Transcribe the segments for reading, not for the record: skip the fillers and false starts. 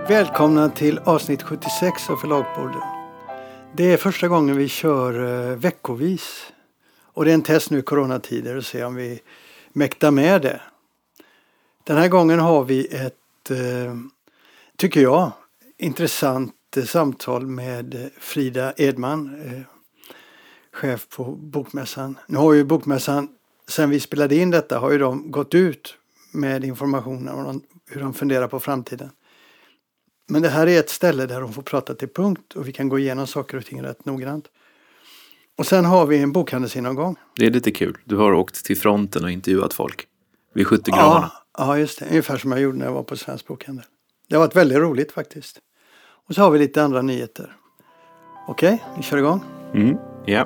Välkomna till avsnitt 76 av Förlagspodden. Det är första gången vi kör veckovis. Och det är en test nu i coronatider och se om vi mäktar med det. Den här gången har vi ett, tycker jag, intressant samtal med Frida Edman, chef på Bokmässan. Nu har ju Bokmässan, sen vi spelade in detta, har ju de gått ut med information om hur de funderar på framtiden. Men det här är ett ställe där de får prata till punkt och vi kan gå igenom saker och ting rätt noggrant. Och sen har vi en bokhandelsgenomgång. Det är lite kul. Du har åkt till fronten och intervjuat folk vid skyttegravarna. Ja, just det. Ungefär som jag gjorde när jag var på Svensk Bokhandel. Det har varit väldigt roligt faktiskt. Och så har vi lite andra nyheter. Okej, vi kör igång. Ja.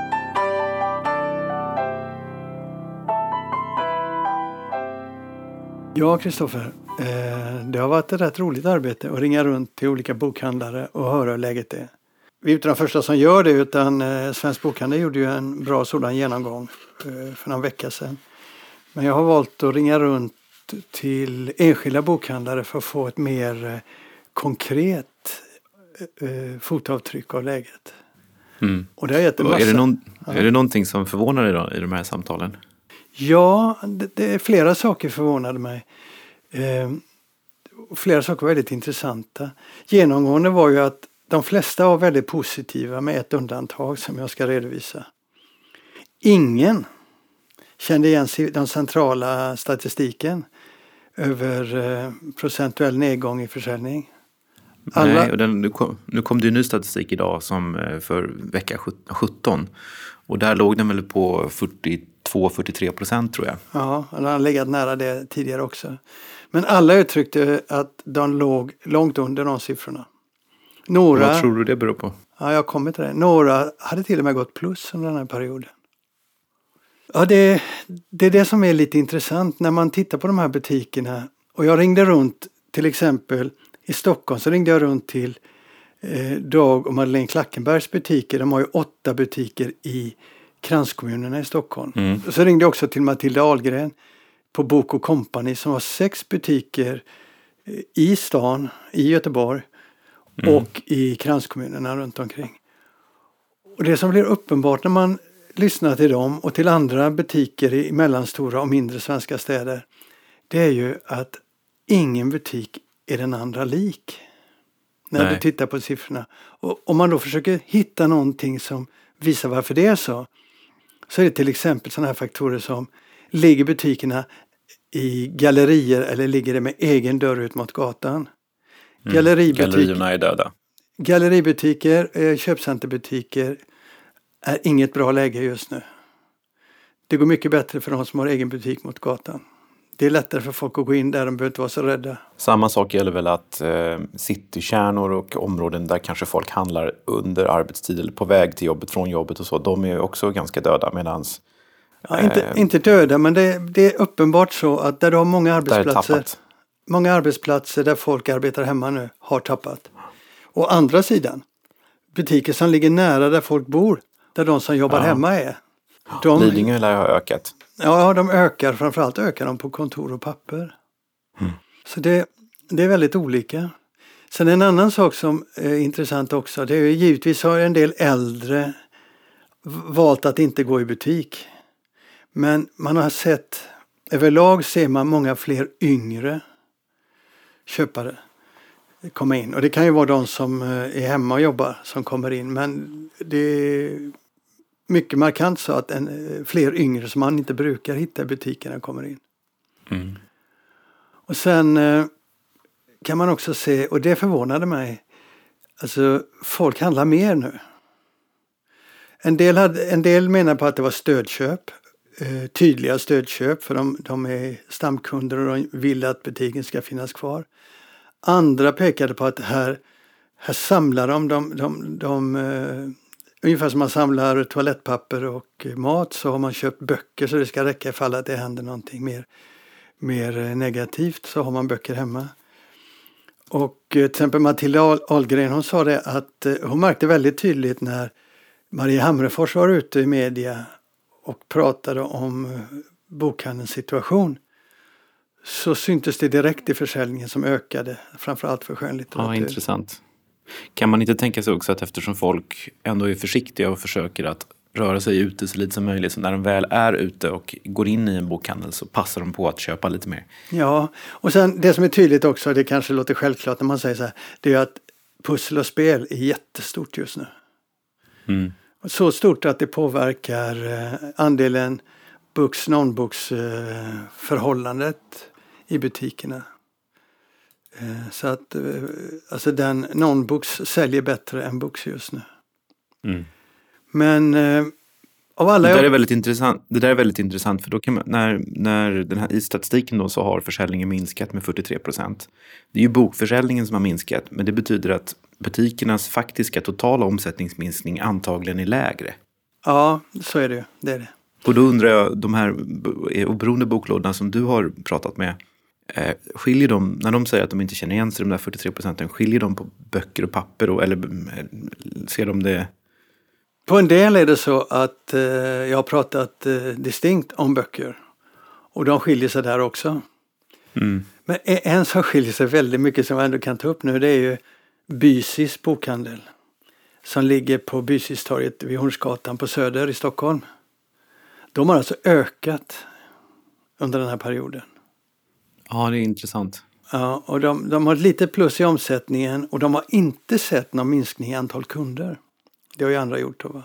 Ja, Kristoffer. Det har varit ett rätt roligt arbete att ringa runt till olika bokhandlare och höra hur läget är. Vi är inte de första som gör det, utan Svensk Bokhandel gjorde ju en bra sådan genomgång för någon vecka sedan. Men jag har valt att ringa runt till enskilda bokhandlare för att få ett mer konkret fotavtryck av läget. Och det har gett en massa. Är det någonting som förvånar dig då i de här samtalen? Ja, det är flera saker förvånade mig. Flera saker var väldigt intressanta. Genomgående var ju att de flesta var väldigt positiva med ett undantag som jag ska redovisa. Ingen kände igen den centrala statistiken över procentuell nedgång i försäljning. Nej, och nu kom det ju ny statistik idag som för vecka 17. Och där låg den väl på 42-43% tror jag. Ja, den har legat nära det tidigare också. Men alla uttryckte att de låg långt under de siffrorna. Vad tror du det beror på? Ja, jag kommer till det. Några hade till och med gått plus under den här perioden. Ja, det är det som är lite intressant när man tittar på de här butikerna. Och jag ringde runt, till exempel i Stockholm så ringde jag runt till Dag och Madeleine Klackenbergs butiker. De har ju 8 butiker i kranskommunerna i Stockholm. Så ringde jag också till Matilda Ahlgren på Bok & Company som har 6 butiker i stan, i Göteborg och i kranskommunerna runt omkring. Och det som blir uppenbart när man lyssnar till dem och till andra butiker i mellanstora och mindre svenska städer, det är ju att ingen butik är den andra lik. När du tittar på siffrorna. Och om man då försöker hitta någonting som visar varför det är så är det till exempel sådana här faktorer som ligger butikerna i gallerier eller ligger det med egen dörr ut mot gatan. Gallerierna är döda. Galleributiker, köpcenterbutiker är inget bra läge just nu. Det går mycket bättre för de som har egen butik mot gatan. Det är lättare för folk att gå in där, de behöver inte vara så rädda. Samma sak gäller väl att citykärnor och områden där kanske folk handlar under arbetstid eller på väg till jobbet, från jobbet och så, de är också ganska döda medans... Ja, inte döda, men det är uppenbart så att där du har många arbetsplatser där folk arbetar hemma nu har tappat. Å andra sidan, butiker som ligger nära där folk bor, där de som jobbar hemma är. Lidingö lär ha ökat. Ja, de ökar. Framförallt ökar de på kontor och papper. Så det är väldigt olika. Sen en annan sak som är intressant också, det är ju givetvis har en del äldre valt att inte gå i butik. Men man har sett, överlag ser man många fler yngre köpare komma in. Och det kan ju vara de som är hemma och jobbar som kommer in. Men det är mycket markant så att fler yngre som man inte brukar hitta i butikerna kommer in. Och sen kan man också se, och det förvånade mig, alltså folk handlar mer nu. En del menar på att det var stödköp, tydliga stödköp för de är stamkunder och de vill att butiken ska finnas kvar. Andra pekade på att här samlar de ungefär som man samlar toalettpapper och mat, så har man köpt böcker så det ska räcka ifall att det händer någonting mer negativt, så har man böcker hemma. Och till exempel Matilda Ahlgren, hon sa det att hon märkte väldigt tydligt när Maria Hamrefors var ute i media och pratade om bokhandelns situation. så syntes det direkt i försäljningen som ökade, framförallt för skönlitteratur. Ja, intressant. Kan man inte tänka sig också att eftersom folk ändå är försiktiga och försöker att röra sig ute så lite som möjligt, så när de väl är ute och går in i en bokhandel så passar de på att köpa lite mer? Ja, och sen det som är tydligt också, det kanske låter självklart när man säger så här, det är att pussel och spel är jättestort just nu. Mm. Så stort att det påverkar andelen books-non-books förhållandet i butikerna. Så att alltså den non-books säljer bättre än books just nu. Mm. Men av alla... Det där är väldigt intressant för då kan man, när den här i statistiken då så har försäljningen minskat med 43%. Det är ju bokförsäljningen som har minskat, men det betyder att butikernas faktiska totala omsättningsminskning antagligen är lägre. Ja, så är det ju. Det är det. Och då undrar jag, de här oberoende boklådorna som du har pratat med, skiljer de, när de säger att de inte känner igen sig de där 43%, skiljer de på böcker och papper då, eller ser de det? På en del är det så att jag har pratat distinkt om böcker och de skiljer sig där också. Mm. Men en som skiljer sig väldigt mycket som jag ändå kan ta upp nu, det är ju Bysis bokhandel som ligger på Bysistorget vid Hornsgatan på Söder i Stockholm. De har alltså ökat under den här perioden. Ja, det är intressant. Ja, och de har ett litet plus i omsättningen och de har inte sett någon minskning i antal kunder. Det har ju andra gjort då, va?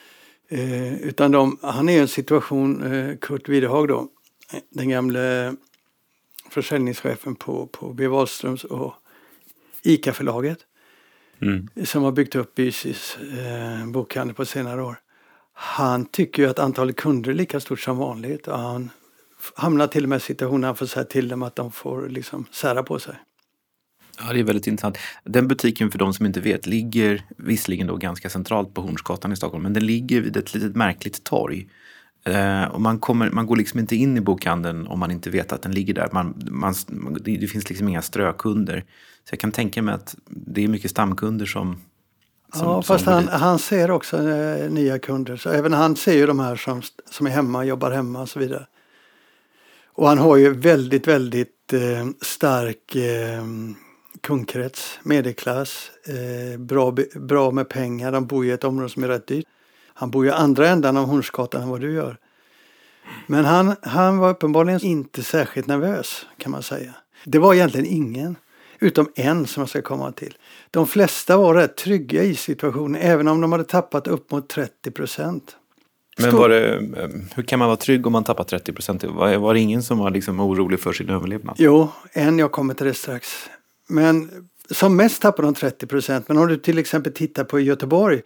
Utan han är i en situation, Kurt Widehag då, den gamle försäljningschefen på B. Wahlströms och ICA-förlaget, som har byggt upp Bysis bokhandel på senare år. Han tycker ju att antalet kunder är lika stort som vanligt och han hamnar till och med i situationen han får säga till dem att de får liksom sära på sig. Ja, det är väldigt intressant. Den butiken, för de som inte vet, ligger visserligen då ganska centralt på Hornsgatan i Stockholm, men den ligger vid ett litet märkligt torg. Och man går liksom inte in i bokhandeln om man inte vet att den ligger där. Det finns liksom inga strökunder. Så jag kan tänka mig att det är mycket stamkunder som ja, fast han ser också nya kunder. Så även han ser ju de här som är hemma, jobbar hemma och så vidare. Och han har ju väldigt, väldigt stark kundkrets, medelklass, bra med pengar. Han bor i ett område som är rätt dyrt. Han bor ju andra ändan av Hornsgatan än vad du gör. Men han var uppenbarligen inte särskilt nervös, kan man säga. Det var egentligen ingen, utom en som jag ska komma till. De flesta var rätt trygga i situationen, även om de hade tappat upp mot 30%. Men hur kan man vara trygg om man tappar 30%? Var det ingen som var liksom orolig för sin överlevnad? Jo, jag kommer till det strax. Men som mest tappar de 30%. Men om du till exempel tittar på Göteborg,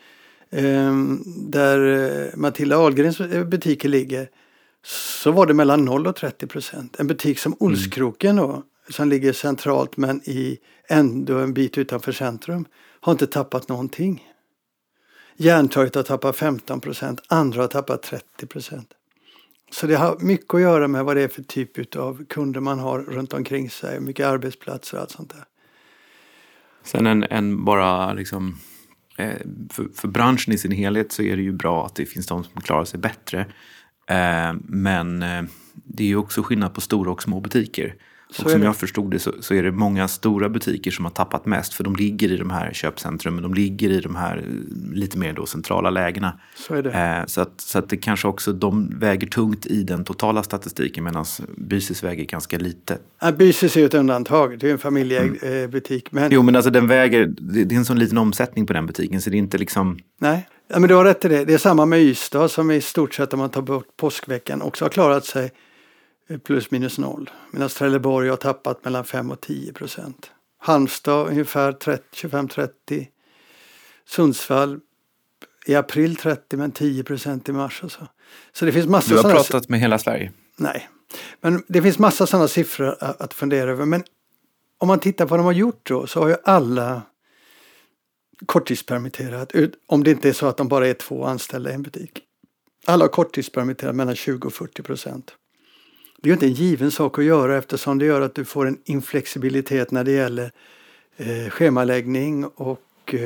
där Matilda Ahlgrens butiker ligger, så var det mellan 0 och 30%. En butik som Olskroken då, som ligger centralt men ändå en bit utanför centrum, har inte tappat någonting. Järntorget har tappat 15%, andra har tappat 30%. Så det har mycket att göra med vad det är för typ av kunder man har runt omkring sig, mycket arbetsplatser och allt sånt där. Sen en bara liksom, för branschen i sin helhet så är det ju bra att det finns de som klarar sig bättre. Men det är ju också skillnad på stora och små butiker. Och som jag förstod det så är det många stora butiker som har tappat mest, för de ligger i de här köpcentrumen, de ligger i de här lite mer då centrala lägena. Så är det. Så att det kanske också, de väger tungt i den totala statistiken, medan Bysis väger ganska lite. Ja, Bysis är ju ett undantag, det är en familjeägd butik. Men... Jo, men alltså det är en sån liten omsättning på den butiken, så det är inte liksom... Nej, ja, men du har rätt i det. Det är samma med Ystad som i stort sett, om man tar bort påskveckan, också har klarat sig plus minus noll. Medan Trelleborg har tappat mellan 5 och 10%. Halmstad ungefär 25-30. Sundsvall i april 30 men 10% i mars och så. Så det finns massor. Du har pratat med hela Sverige? Nej, men det finns massa sådana siffror att fundera över. Men om man tittar på vad de har gjort då, så har ju alla korttidspermitterat, om det inte är så att de bara är 2 anställda i en butik. Alla har korttidspermitterat mellan 20 och 40%. Det är ju inte en given sak att göra, eftersom det gör att du får en inflexibilitet när det gäller schemaläggning och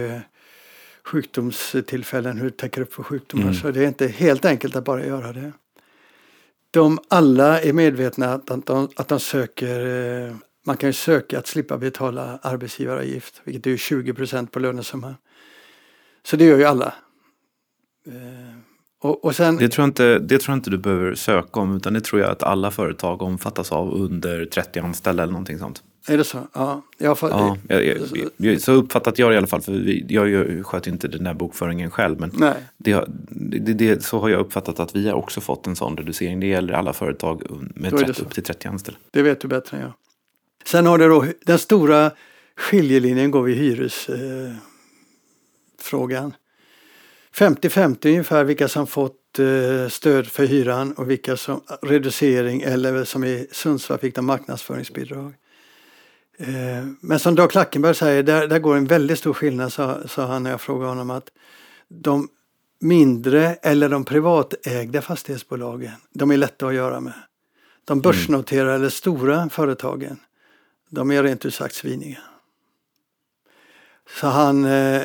sjukdomstillfällen, hur du täcker upp för sjukdomar. Så det är inte helt enkelt att bara göra det. de alla är medvetna att de söker, man kan ju söka att slippa betala arbetsgivaravgift, vilket är 20% på lönesumman. Så det gör ju alla. Och sen, det tror jag inte du behöver söka om, utan det tror jag att alla företag omfattas av under 30 anställda eller någonting sånt. Är det så? Ja. Så uppfattat jag det i alla fall, för jag sköter inte den där bokföringen själv, men så har jag uppfattat att vi har också fått en sån reducering. Det gäller alla företag med upp till 30 anställda. Det vet du bättre än jag. Sen har det då, den stora skiljelinjen går vid hyresfrågan. 50-50 ungefär vilka som fått stöd för hyran och vilka som reducering, eller som i Sundsvall fick de marknadsföringsbidrag. Men som Dag Klackenberg säger, där går en väldigt stor skillnad, sa han när jag frågade honom, att de mindre eller de privatägda fastighetsbolagen, de är lätta att göra med. De börsnoterade eller stora företagen, de är rent ut sagt sviniga. Så han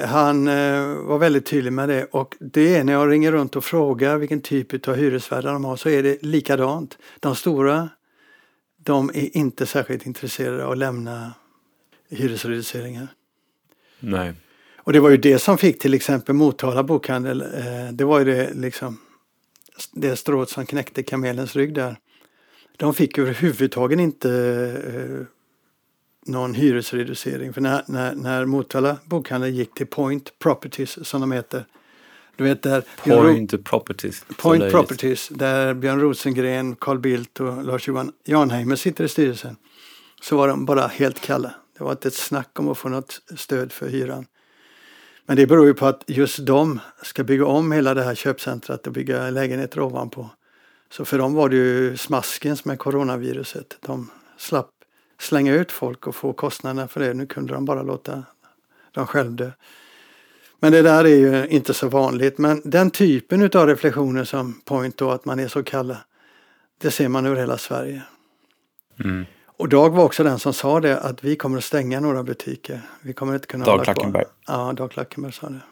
var väldigt tydlig med det, och det är när jag ringer runt och frågar vilken typ av hyresvärdar de har, så är det likadant. De stora, de är inte särskilt intresserade av att lämna hyresreduceringar. Nej. Och det var ju det som fick till exempel Motala bokhandel, det var ju det liksom, det strået som knäckte kamelens rygg där. De fick överhuvudtaget inte någon hyresreducering, för när Motala bokhandel gick till Point Properties, som de heter. Du vet där Point Properties, där Björn Rosengren, Carl Bildt och Lars-Johan Janheimer sitter i styrelsen. Så var de bara helt kalla. Det var inte ett snack om att få något stöd för hyran. Men det beror ju på att just de ska bygga om hela det här köpcentret och bygga lägenheter ovanpå. Så för dem var det ju smaskens med coronaviruset. De slapp slänga ut folk och få kostnaderna för det. Nu kunde de bara låta dem själv dö. Men det där är ju inte så vanligt. Men den typen av reflektioner som Point då, att man är så kalla, det ser man över hela Sverige. Mm. Och Dag var också den som sa det, att vi kommer att stänga några butiker. Vi kommer inte kunna Dag Klackenberg. Ja, Dag Klackenberg sa det.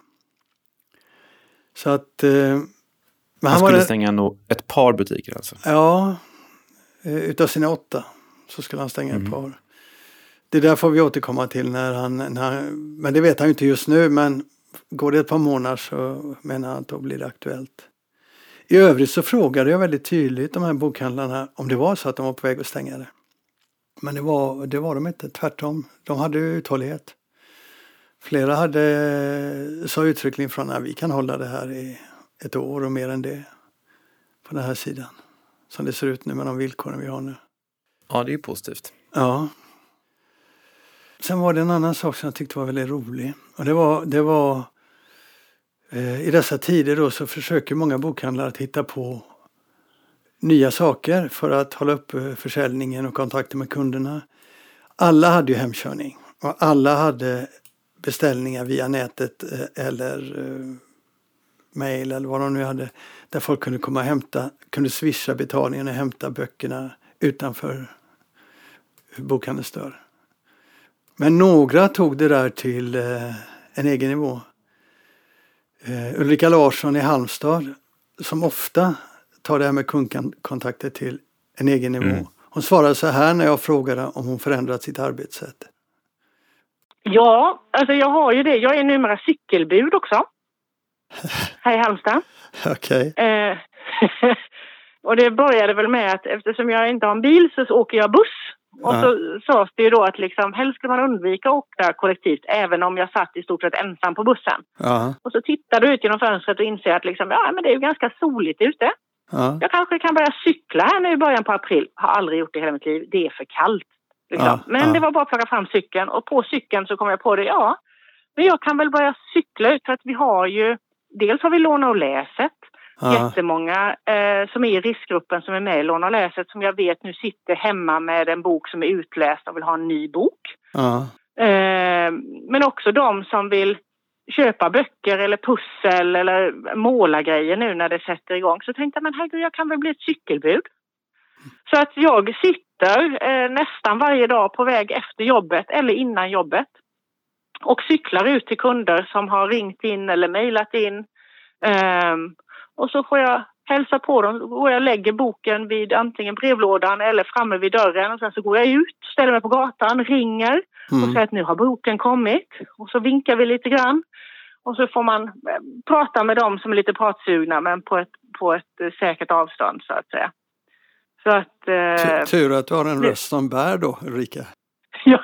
Så att... han skulle stänga ett par butiker alltså? Ja, utav sina 8 så skulle han stänga ett par. Det där får vi återkomma till när han, men det vet han ju inte just nu, men går det ett par månader så menar han att då blir det aktuellt. I övrigt så frågade jag väldigt tydligt de här bokhandlarna om det var så att de var på väg att stänga det. Men det var de inte, tvärtom. De hade uthållighet. Flera sa uttryckligen från att vi kan hålla det här i ett år och mer än det på den här sidan. Som det ser ut nu med de villkoren vi har nu. Ja, det är ju positivt. Ja. Sen var det en annan sak som jag tyckte var väldigt rolig. Och det var i dessa tider då så försöker många bokhandlare att hitta på nya saker för att hålla upp försäljningen och kontakten med kunderna. Alla hade ju hemkörning och alla hade beställningar via nätet eller mail eller vad de nu hade, där folk kunde komma och kunde swisha betalningen och hämta böckerna utanför bokhandelsdörr. Men några tog det där till en egen nivå. Ulrika Larsson i Halmstad, som ofta tar det här med kundkontakter till en egen nivå. Hon svarade så här när jag frågade om hon förändrat sitt arbetssätt. Ja, alltså jag har ju det. Jag är numera cykelbud också. Här i Halmstad. Okej. Och det började väl med att eftersom jag inte har en bil så åker jag buss. Och så sades det ju då att liksom, helst ska man undvika att åka kollektivt även om jag satt i stort sett ensam på bussen. Och så tittar du ut genom fönstret och inser att liksom, men det är ju ganska soligt ute. Jag kanske kan börja cykla här nu i början på april. Har aldrig gjort det hela mitt liv. Det är för kallt. Liksom. Men det var bara att plocka fram cykeln. Och på cykeln så kom jag på det. Men jag kan väl börja cykla ut för att vi har ju... Dels har vi Låna och läset. Jättemånga som är i riskgruppen som är med i Låna och läset som jag vet nu sitter hemma med en bok som är utläst och vill ha en ny bok. Men också de som vill köpa böcker eller pussel eller måla grejer nu när det sätter igång. Så tänkte jag, men herregud, jag kan väl bli ett cykelbud. Så att jag sitter nästan varje dag på väg efter jobbet eller innan jobbet och cyklar ut till kunder som har ringt in eller mejlat in. Och så får jag hälsar på dem. Då går jag och lägger boken vid antingen brevlådan eller framme vid dörren. Och sen så går jag ut, ställer mig på gatan, ringer och säger att nu har boken kommit. Och så vinkar vi lite grann. Och så får man prata med dem som är lite pratsugna, men på ett säkert avstånd så att säga. Så att, tur att du har en röst som bär då, Ulrika. Ja,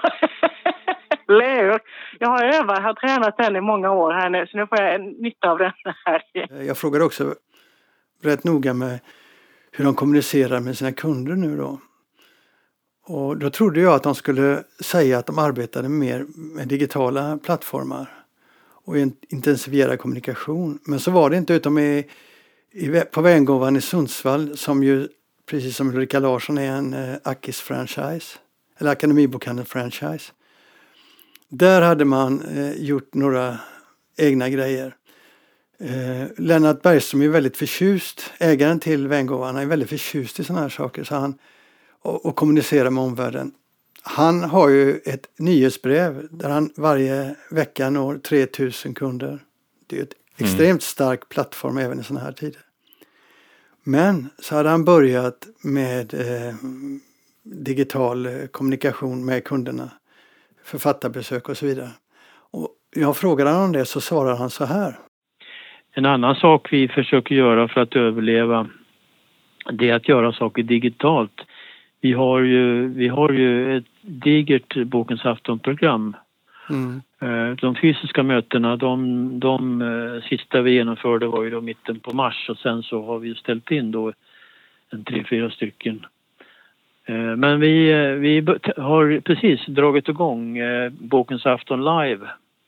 jag har tränat den i många år här nu, så nu får jag nytta av den här. Jag frågade också rätt noga med hur de kommunicerar med sina kunder nu då. Och då trodde jag att de skulle säga att de arbetade mer med digitala plattformar och intensifiera kommunikation. Men så var det inte, utom på Vengåvan i Sundsvall, som ju precis som Ulrika Larsson är en Akis-franchise, eller Akademibokhandeln-franchise. Där hade man gjort några egna grejer. Lennart Bergström är väldigt förtjust, ägaren till Vengåvan, är väldigt förtjust i sådana här saker, så han och kommunicerar med omvärlden. Han har ju ett nyhetsbrev där han varje vecka når 3000 kunder. Det är ett extremt stark plattform även i sådana här tider. Men så hade han börjat med digital kommunikation med kunderna, författarbesök och så vidare. Och jag frågade honom om det, så svarar han så här. En annan sak vi försöker göra för att överleva, det är att göra saker digitalt. Vi har ju ett digert Bokens aftonprogram. De fysiska mötena, de sista vi genomförde var ju då mitten på mars, och sen så har vi ställt in då 3-4 stycken. Men vi har precis dragit igång Bokens afton live.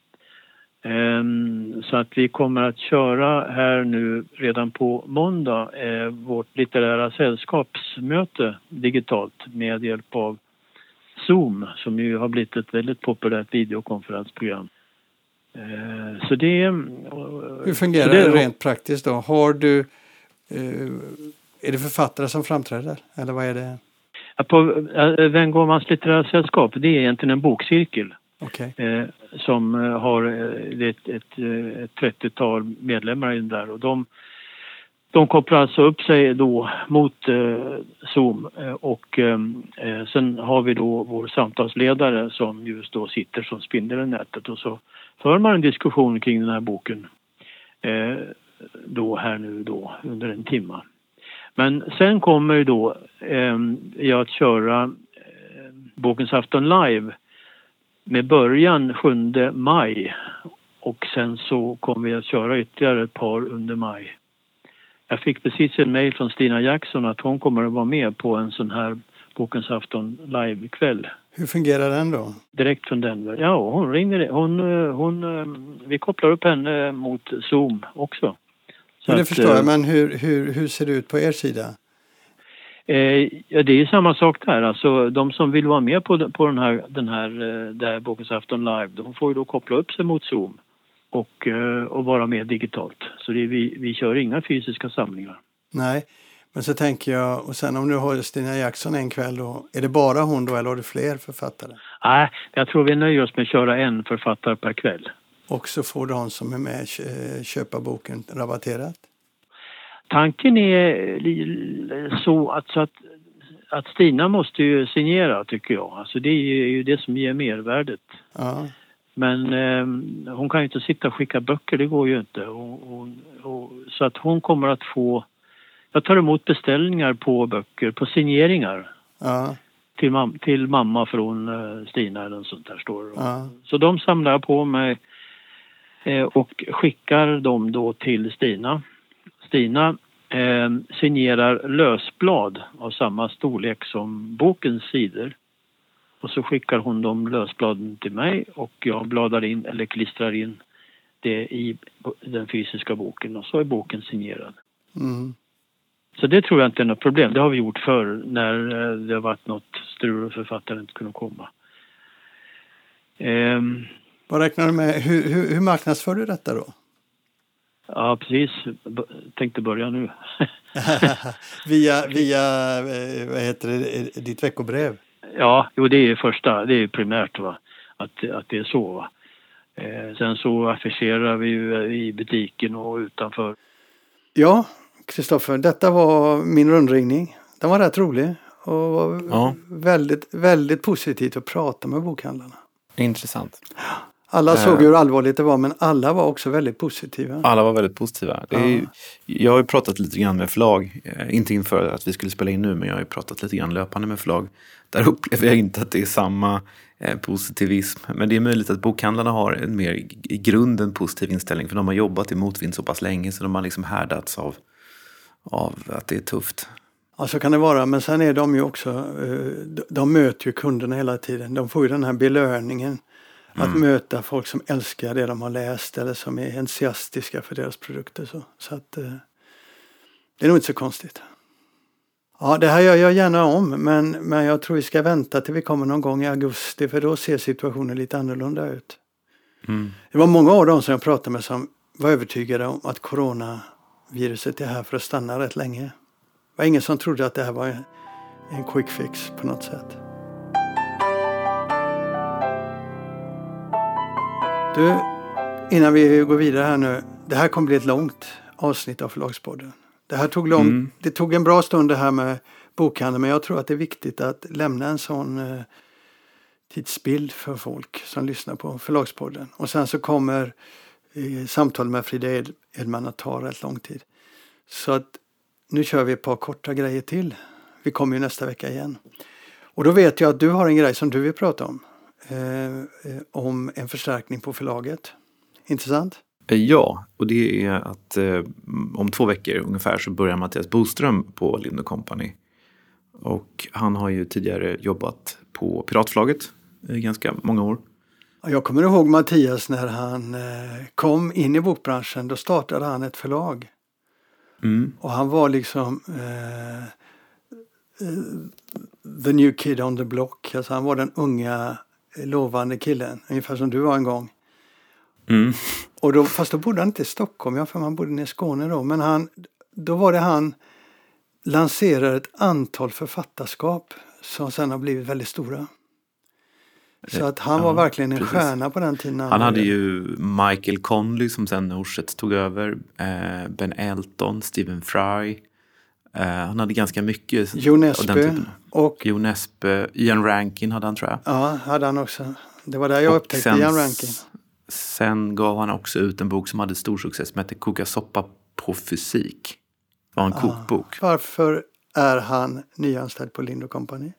Så att vi kommer att köra här nu redan på måndag vårt litterära sällskapsmöte digitalt med hjälp av Zoom, som ju har blivit ett väldigt populärt videokonferensprogram. Så det... Hur fungerar det rent praktiskt då? Har du... är det författare som framträder? Eller vad är det? På Vengåvans litterära sällskap, det är egentligen en bokcirkel. Okay. Som har ett 30-tal medlemmar i den där, och de kopplar alltså upp sig då mot Zoom, och sen har vi då vår samtalsledare som just då sitter som spindel i nätet, och så för man en diskussion kring den här boken då här nu då under en timme. Men sen kommer ju då jag att köra Bokens afton live med början 7 maj, och sen så kommer vi att köra ytterligare ett par under maj. Jag fick precis en mejl från Stina Jackson att hon kommer att vara med på en sån här Bokens afton live-kväll. Hur fungerar den då? Direkt från Denver. Ja, hon ringer. Vi kopplar upp henne mot Zoom också. Så det förstår jag, men hur ser det ut på er sida? Ja, det är samma sak där. Alltså, de som vill vara med på den här Bokens afton live, de får ju då koppla upp sig mot Zoom och vara med digitalt. Så vi kör inga fysiska samlingar. Nej, men så tänker jag, och sen om du har Stina Jackson en kväll då, är det bara hon då eller har du fler författare? Nej, jag tror vi nöjer oss med att köra en författare per kväll. Och så får de som är med köpa boken rabatterat? Tanken är så att Stina måste ju signera, tycker jag. Alltså det är ju det som ger mervärdet. Ja. Men hon kan ju inte sitta och skicka böcker, det går ju inte. Så att hon kommer att få... Jag tar emot beställningar på böcker, på signeringar. Ja. Till mamma från Stina eller något sånt där står. Ja. Så de samlar jag på mig och skickar dem då till Stina. Stina signerar lösblad av samma storlek som bokens sidor. Och så skickar hon de lösbladen till mig och jag bladar in eller klistrar in det i den fysiska boken och så är boken signerad. Mm. Så det tror jag inte är något problem. Det har vi gjort förr när det har varit något strul och författaren inte kunde komma. Vad räknar du med? Hur marknadsför du detta då? Ja, precis. Tänkte börja nu. via vad heter det, ditt veckobrev? Ja, jo, det är första. Det är primärt va? Att det är så va? Sen så affischerar vi ju i butiken och utanför. Ja, Kristoffer, detta var min rundringning. Den var rätt rolig och var väldigt, väldigt positivt att prata med bokhandlarna. Intressant. Alla såg hur allvarligt det var, men alla var också väldigt positiva. Alla var väldigt positiva. Jag har ju pratat lite grann med förlag, inte inför att vi skulle spela in nu, men jag har ju pratat lite grann löpande med förlag. Där upplever jag inte att det är samma positivism. Men det är möjligt att bokhandlarna har en mer i grunden positiv inställning, för de har jobbat i motvind så pass länge så de har liksom härdats av att det är tufft. Ja, så kan det vara, men sen är de ju också, de möter ju kunderna hela tiden. De får ju den här belöningen att möta folk som älskar det de har läst eller som är entusiastiska för deras produkter. Så att det är nog inte så konstigt. Ja, det här gör jag gärna om, men jag tror vi ska vänta till vi kommer någon gång i augusti, för då ser situationen lite annorlunda ut. Det var många av dem som jag pratade med som var övertygade om att coronaviruset är här för att stanna rätt länge. Det var ingen som trodde att det här var en quick fix på något sätt. Du, innan vi går vidare här nu, det här kommer bli ett långt avsnitt av Förlagspodden. Det här det tog en bra stund det här med bokhandeln, men jag tror att det är viktigt att lämna en sån tidsbild för folk som lyssnar på Förlagspodden. Och sen så kommer samtal med Frida Edman att ta rätt lång tid. Så att nu kör vi ett par korta grejer till. Vi kommer ju nästa vecka igen. Och då vet jag att du har en grej som du vill prata om en förstärkning på förlaget. Intressant? Ja, och det är att om 2 veckor ungefär så börjar Mattias Boström på Lind & Company. Och han har ju tidigare jobbat på Piratförlaget i ganska många år. Jag kommer ihåg Mattias när han kom in i bokbranschen. Då startade han ett förlag. Och han var liksom the new kid on the block. Alltså han var den unga lovande killen. Ungefär som du var en gång. Och fast då bodde han inte i Stockholm. För han bodde i Skåne då. Men han lanserade ett antal författarskap som sen har blivit väldigt stora. Så att han var verkligen en stjärna på den tiden. Han hade ju Michael Conley som sen Norstedts tog över. Ben Elton, Stephen Fry. Han hade ganska mycket Jon Espe och Jon Espe. Ian Rankin hade han, tror jag. Ja, hade han också. Det var där jag upptäckte Ian Rankin. Sen gav han också ut en bok som hade stor success som hette Koka soppa på fysik. Det var en kokbok. Varför är han nyanställd på Lind & Company?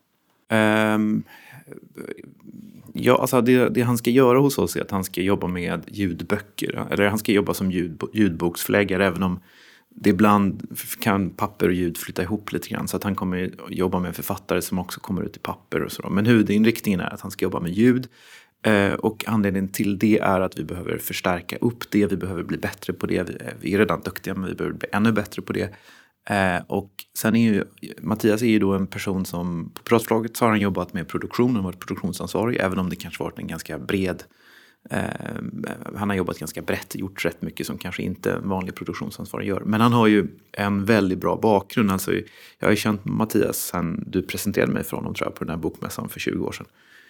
Ja, alltså det han ska göra hos oss är att han ska jobba med ljudböcker. Eller han ska jobba som ljudboksförläggare, även om det ibland kan papper och ljud flytta ihop lite grann. Så att han kommer jobba med författare som också kommer ut i papper och så. Men huvudinriktningen är att han ska jobba med ljud. Och anledningen till det är att vi behöver förstärka upp det. Vi behöver bli bättre på det. Vi är redan duktiga, men vi behöver bli ännu bättre på det. Och sen är ju Mattias är ju då en person som på Piratförlaget så har han jobbat med produktion och varit produktionsansvarig, även om det kanske varit en ganska bred han har jobbat ganska brett, gjort rätt mycket som kanske inte en vanlig produktionsansvarig gör. Men han har ju en väldigt bra bakgrund. Alltså, jag har ju känt Mattias sen du presenterade mig för honom, tror jag, på den här bokmässan för 20 år sedan.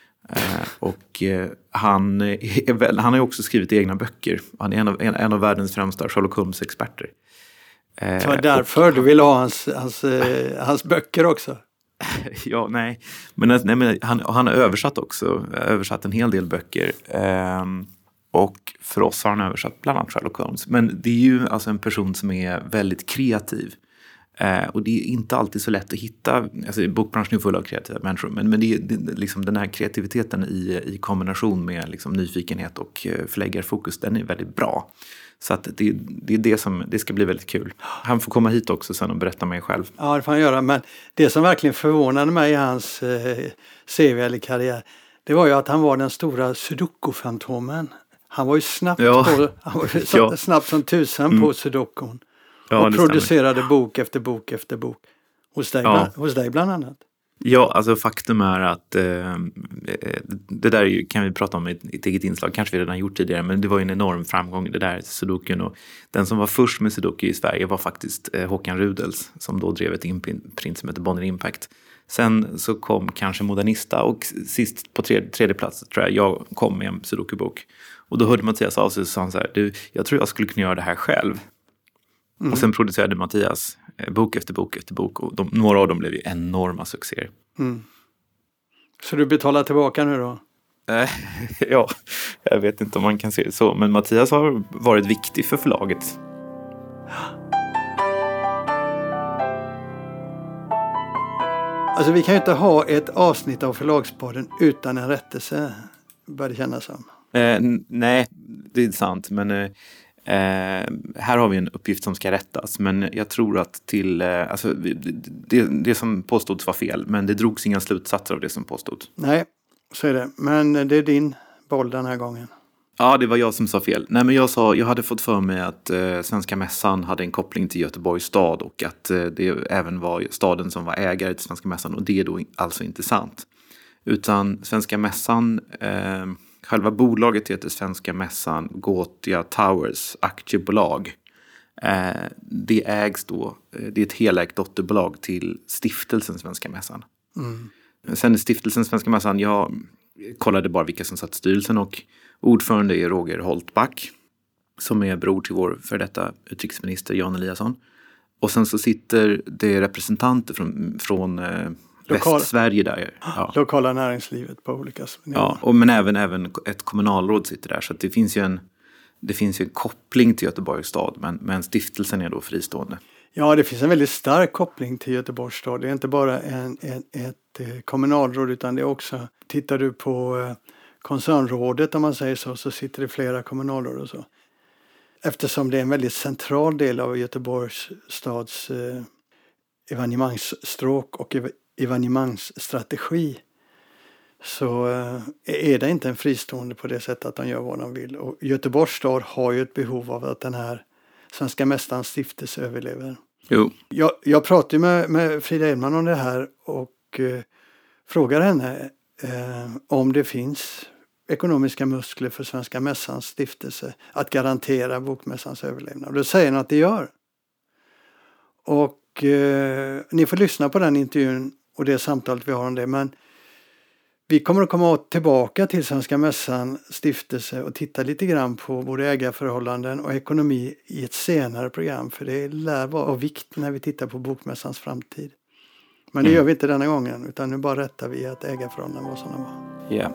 Han har ju också skrivit egna böcker. Han är en av världens främsta Sherlock Holmes-experter. Det var därför du ville ha hans böcker också. Ja, nej. Men han har översatt en hel del böcker. Och för oss har han översatt bland annat Sherlock Holmes. Men det är ju alltså en person som är väldigt kreativ. Och det är inte alltid så lätt att hitta. Alltså, bokbranschen är full av kreativa människor. Men det är liksom den här kreativiteten i kombination med liksom nyfikenhet och förläggarfokus, den är väldigt bra. Så att det är det ska bli väldigt kul. Han får komma hit också sen och berätta mig själv. Ja, det får han göra. Men det som verkligen förvånade mig i hans CV eller karriär, det var ju att han var den stora sudoku-fantomen. Han var ju snabbt som tusan på sudokun. Ja, och producerade bok efter bok efter bok. Hos dig bland annat. Ja, alltså faktum är att det där kan vi prata om i ett eget inslag. Kanske vi redan gjort tidigare, men det var ju en enorm framgång det där sudokun. Och den som var först med sudoku i Sverige var faktiskt Håkan Rudels, som då drev ett imprint som heter Bonnier Impact. Sen så kom kanske Modernista och sist på tredje plats tror jag kom med en sudokubok. Och då hörde Mattias av sig och sa han så här: jag tror jag skulle kunna göra det här själv. Och sen producerade Mattias bok efter bok efter bok. Och några av dem blev ju enorma succéer. Så du betalar tillbaka nu då? Ja, jag vet inte om man kan se det så. Men Mattias har varit viktig för förlaget. Alltså vi kan ju inte ha ett avsnitt av Förlagspodden utan en rättelse, bör det kännas som. Nej, det är sant. Men här har vi en uppgift som ska rättas. Men jag tror att alltså, det som påstods var fel. Men det drogs inga slutsatser av det som påstods. Nej, så är det. Men det är din boll den här gången. Ja, det var jag som sa fel. Nej, men jag hade fått för mig att Svenska Mässan hade en koppling till Göteborgs stad och att det även var staden som var ägare till Svenska Mässan, och det är då alltså inte sant. Utan Svenska Mässan, själva bolaget heter Svenska Mässan Gothia Towers aktiebolag. Det ägs då, det är ett helägt dotterbolag till stiftelsen Svenska Mässan. Sen är stiftelsen Svenska Mässan, jag kollade bara vilka som satt i styrelsen, och ordförande är Roger Holtback som är bror till vår för detta utrikesminister Jan Eliasson. Och sen så sitter det representanter från Västsverige där. Ja. Lokala näringslivet på olika nivåer. Ja, men även ett kommunalråd sitter där, så att det finns ju en koppling till Göteborgs stad, men stiftelsen är då fristående. Ja, det finns en väldigt stark koppling till Göteborgs stad. Det är inte bara ett kommunalråd, utan det är också, tittar du på koncernrådet om man säger så sitter det flera kommunalråd och så. Eftersom det är en väldigt central del av Göteborgs stads evenemangsstråk och evenemangsstrategi, så är det inte en fristående på det sättet att de gör vad de vill. Och Göteborgs stad har ju ett behov av att den här Svenska Mästans stiftelse överlever. Jo. Jag pratade med Frida Edman om det här och frågar henne om det finns ekonomiska muskler för Svenska Mässans stiftelse att garantera bokmässans överlevnad. Och då säger hon att det gör. Och ni får lyssna på den intervjun och det samtalet vi har om det. Men vi kommer att komma tillbaka till Svenska Mässan stiftelse och titta lite grann på både ägarförhållanden och ekonomi i ett senare program. För det lär vara av vikt när vi tittar på bokmässans framtid. Men det gör vi inte denna gången, utan nu bara rättar vi att ägarförhållanden var som de var. Ja.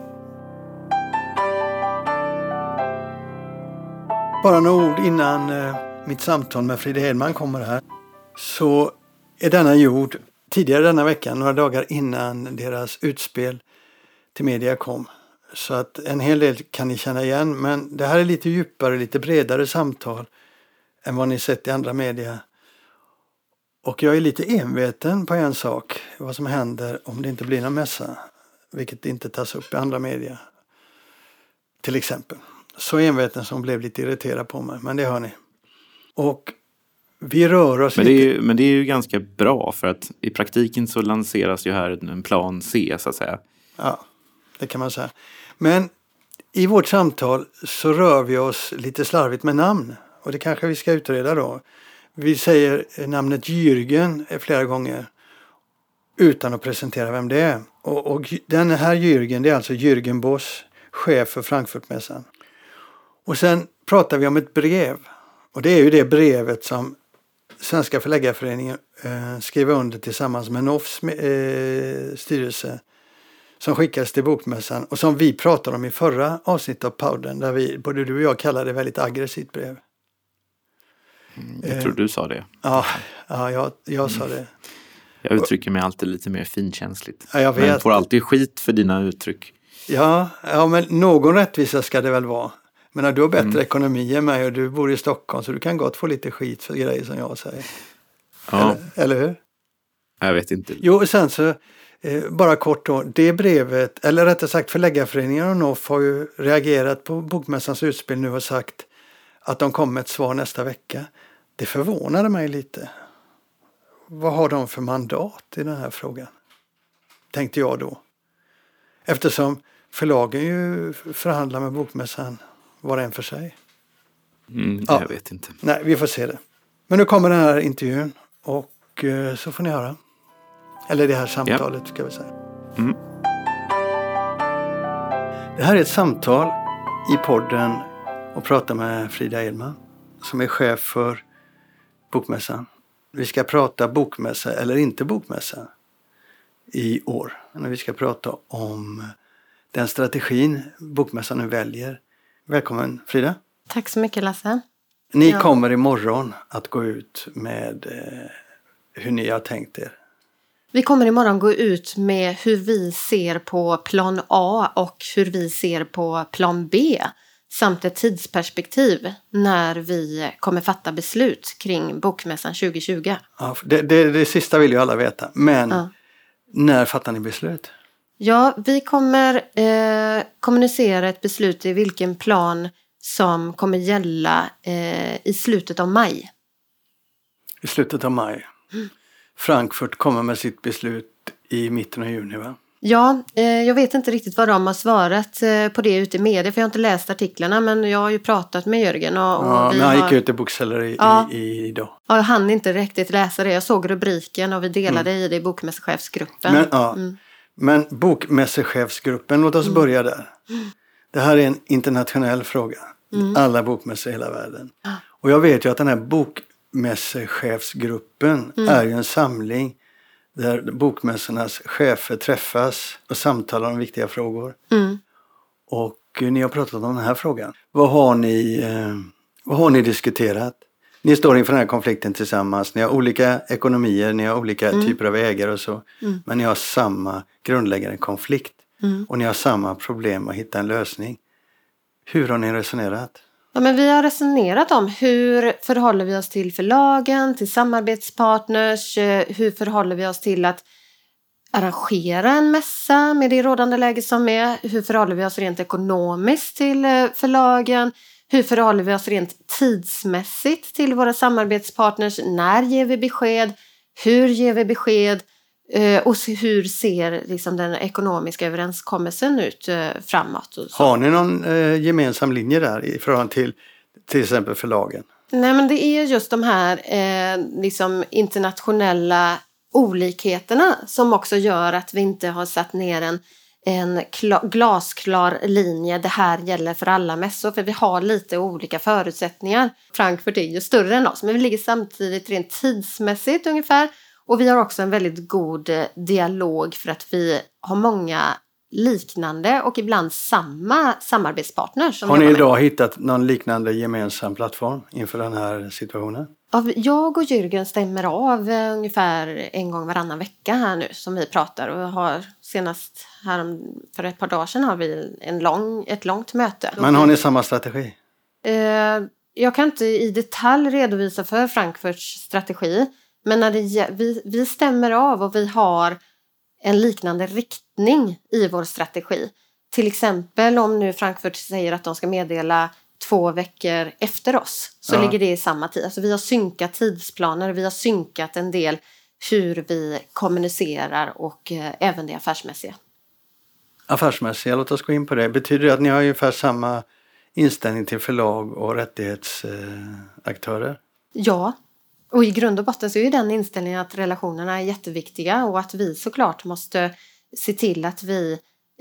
Bara några ord innan mitt samtal med Frida Hedman kommer här. Så är denna gjord tidigare denna vecka, några dagar innan deras utspel till media kom. Så att en hel del kan ni känna igen, men det här är lite djupare, lite bredare samtal än vad ni sett i andra media. Och jag är lite enveten på en sak, vad som händer om det inte blir någon mässa, vilket inte tas upp i andra media. Till exempel. Så enveten som blev lite irriterad på mig, men det hör ni. Och vi rör oss lite. Men det är ju ganska bra, för att i praktiken så lanseras ju här en plan C, så att säga. Ja, det kan man säga. Men i vårt samtal så rör vi oss lite slarvigt med namn. Och det kanske vi ska utreda då. Vi säger namnet Jürgen flera gånger utan att presentera vem det är. Och den här Jürgen, det är alltså Jürgen Boss, chef för Frankfurtmässan. Och sen pratar vi om ett brev. Och det är ju det brevet som Svenska förläggarföreningen skrev under tillsammans med NOFs styrelse, som skickades till bokmässan och som vi pratade om i förra avsnittet av podden, där både du och jag kallade det väldigt aggressivt brev. Jag tror du sa det. Ja, jag sa det. Jag uttrycker mig alltid lite mer finkänsligt. Ja, jag vet. Men får alltid skit för dina uttryck. Ja, men någon rättvisa ska det väl vara. Men du har bättre ekonomi än mig och du bor i Stockholm, så du kan gott få lite skit för grejer som jag säger. Ja. Eller hur? Jag vet inte. Jo, och sen så bara kort då, det brevet, eller rättare sagt förläggarföreningen och NOF har ju reagerat på bokmässans utspel nu och sagt att de kommer med ett svar nästa vecka. Det förvånade mig lite. Vad har de för mandat i den här frågan? Tänkte jag då. Eftersom förlagen ju förhandlar med bokmässan var en för sig. Jag vet inte. Nej, vi får se det. Men nu kommer den här intervjun och så får ni höra. Eller det här samtalet ska vi säga. Det här är ett samtal i podden och pratar med Frida Edman som är chef för bokmässan. Vi ska prata bokmässa eller inte bokmässa i år. När vi ska prata om den strategin bokmässan nu väljer. Välkommen Frida. Tack så mycket Lasse. Ni kommer imorgon att gå ut med hur ni har tänkt er. Vi kommer imorgon gå ut med hur vi ser på plan A och hur vi ser på plan B. Samt ett tidsperspektiv när vi kommer fatta beslut kring bokmässan 2020. Ja, det sista vill ju alla veta. Men när fattar ni beslut? Ja, vi kommer kommunicera ett beslut i vilken plan som kommer gälla i slutet av maj. I slutet av maj. Frankfurt kommer med sitt beslut i mitten av juni, va? Ja, jag vet inte riktigt vad de har svarat på det ute i media, för jag har inte läst artiklarna, men jag har ju pratat med Jörgen. Men han gick ut i boksäljare idag. Ja, jag hann inte riktigt läsa det. Jag såg rubriken och vi delade i det i bokmässechefsgruppen. Men bokmässechefsgruppen, låt oss börja där. Det här är en internationell fråga. Alla bokmässor i hela världen. Och jag vet ju att den här bokmässechefsgruppen är ju en samling där bokmässornas chefer träffas och samtalar om viktiga frågor. Och ni har pratat om den här frågan. Vad har ni diskuterat? Ni står inför den här konflikten tillsammans. Ni har olika ekonomier, ni har olika typer av ägare och så. Men ni har samma grundläggande konflikt. Och ni har samma problem att hitta en lösning. Hur har ni resonerat? Ja, men vi har resonerat om hur förhåller vi oss till förlagen, till samarbetspartners, hur förhåller vi oss till att arrangera en mässa med det rådande läget som är, hur förhåller vi oss rent ekonomiskt till förlagen, hur förhåller vi oss rent tidsmässigt till våra samarbetspartners, när ger vi besked, hur ger vi besked och hur ser liksom den ekonomiska överenskommelsen ut framåt. Och så. Har ni någon gemensam linje där i förhållande till exempel förlagen? Nej, men det är just de här liksom internationella olikheterna som också gör att vi inte har satt ner en glasklar linje. Det här gäller för alla mässor, för vi har lite olika förutsättningar. Frankfurt är ju större än oss, men vi ligger samtidigt rent tidsmässigt ungefär. Och vi har också en väldigt god dialog för att vi har många liknande och ibland samma samarbetspartners. Har ni idag hittat någon liknande gemensam plattform inför den här situationen? Jag och Jörgen stämmer av ungefär en gång varannan vecka här nu som vi pratar. Och har senast för ett par dagar sedan har vi ett långt möte. Men har ni samma strategi? Jag kan inte i detalj redovisa för Frankfurts strategi. Men när vi stämmer av och vi har en liknande riktning i vår strategi. Till exempel om nu Frankfurt säger att de ska meddela 2 veckor efter oss. Så ligger det i samma tid. Alltså vi har synkat tidsplaner. Vi har synkat en del hur vi kommunicerar och även det affärsmässiga. Affärsmässiga, låt oss gå in på det. Betyder det att ni har ungefär samma inställning till förlag och rättighetsaktörer? Ja. Och i grund och botten så är ju den inställningen att relationerna är jätteviktiga och att vi såklart måste se till att vi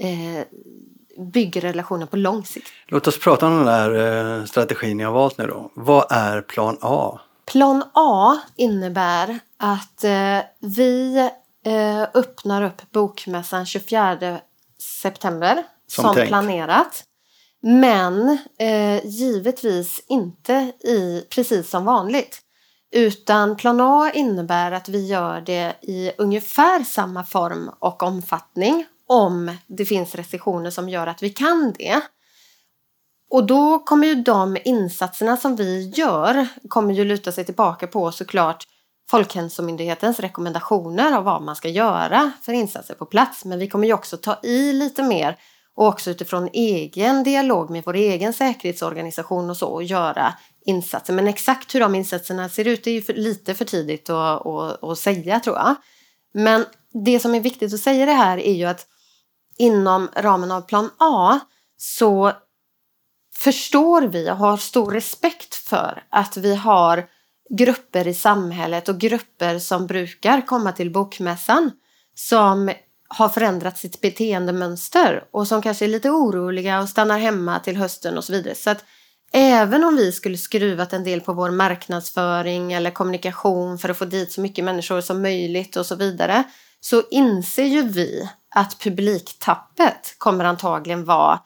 bygger relationer på lång sikt. Låt oss prata om den där strategin ni har valt nu då. Vad är plan A? Plan A innebär att vi öppnar upp bokmässan 24 september som planerat. Men givetvis inte precis som vanligt. Utan plan A innebär att vi gör det i ungefär samma form och omfattning om det finns restriktioner som gör att vi kan det. Och då kommer ju de insatserna som vi gör kommer ju luta sig tillbaka på såklart Folkhälsomyndighetens rekommendationer av vad man ska göra för insatser på plats. Men vi kommer ju också ta i lite mer och också utifrån egen dialog med vår egen säkerhetsorganisation och så och göra insatser. Men exakt hur de insatserna ser ut är ju lite för tidigt att säga tror jag. Men det som är viktigt att säga det här är ju att inom ramen av plan A så förstår vi och har stor respekt för att vi har grupper i samhället och grupper som brukar komma till bokmässan som har förändrat sitt beteendemönster och som kanske är lite oroliga och stannar hemma till hösten och så vidare. Så att Även om vi skulle skruvat en del på vår marknadsföring eller kommunikation för att få dit så mycket människor som möjligt och så vidare, så inser ju vi att publiktappet kommer antagligen vara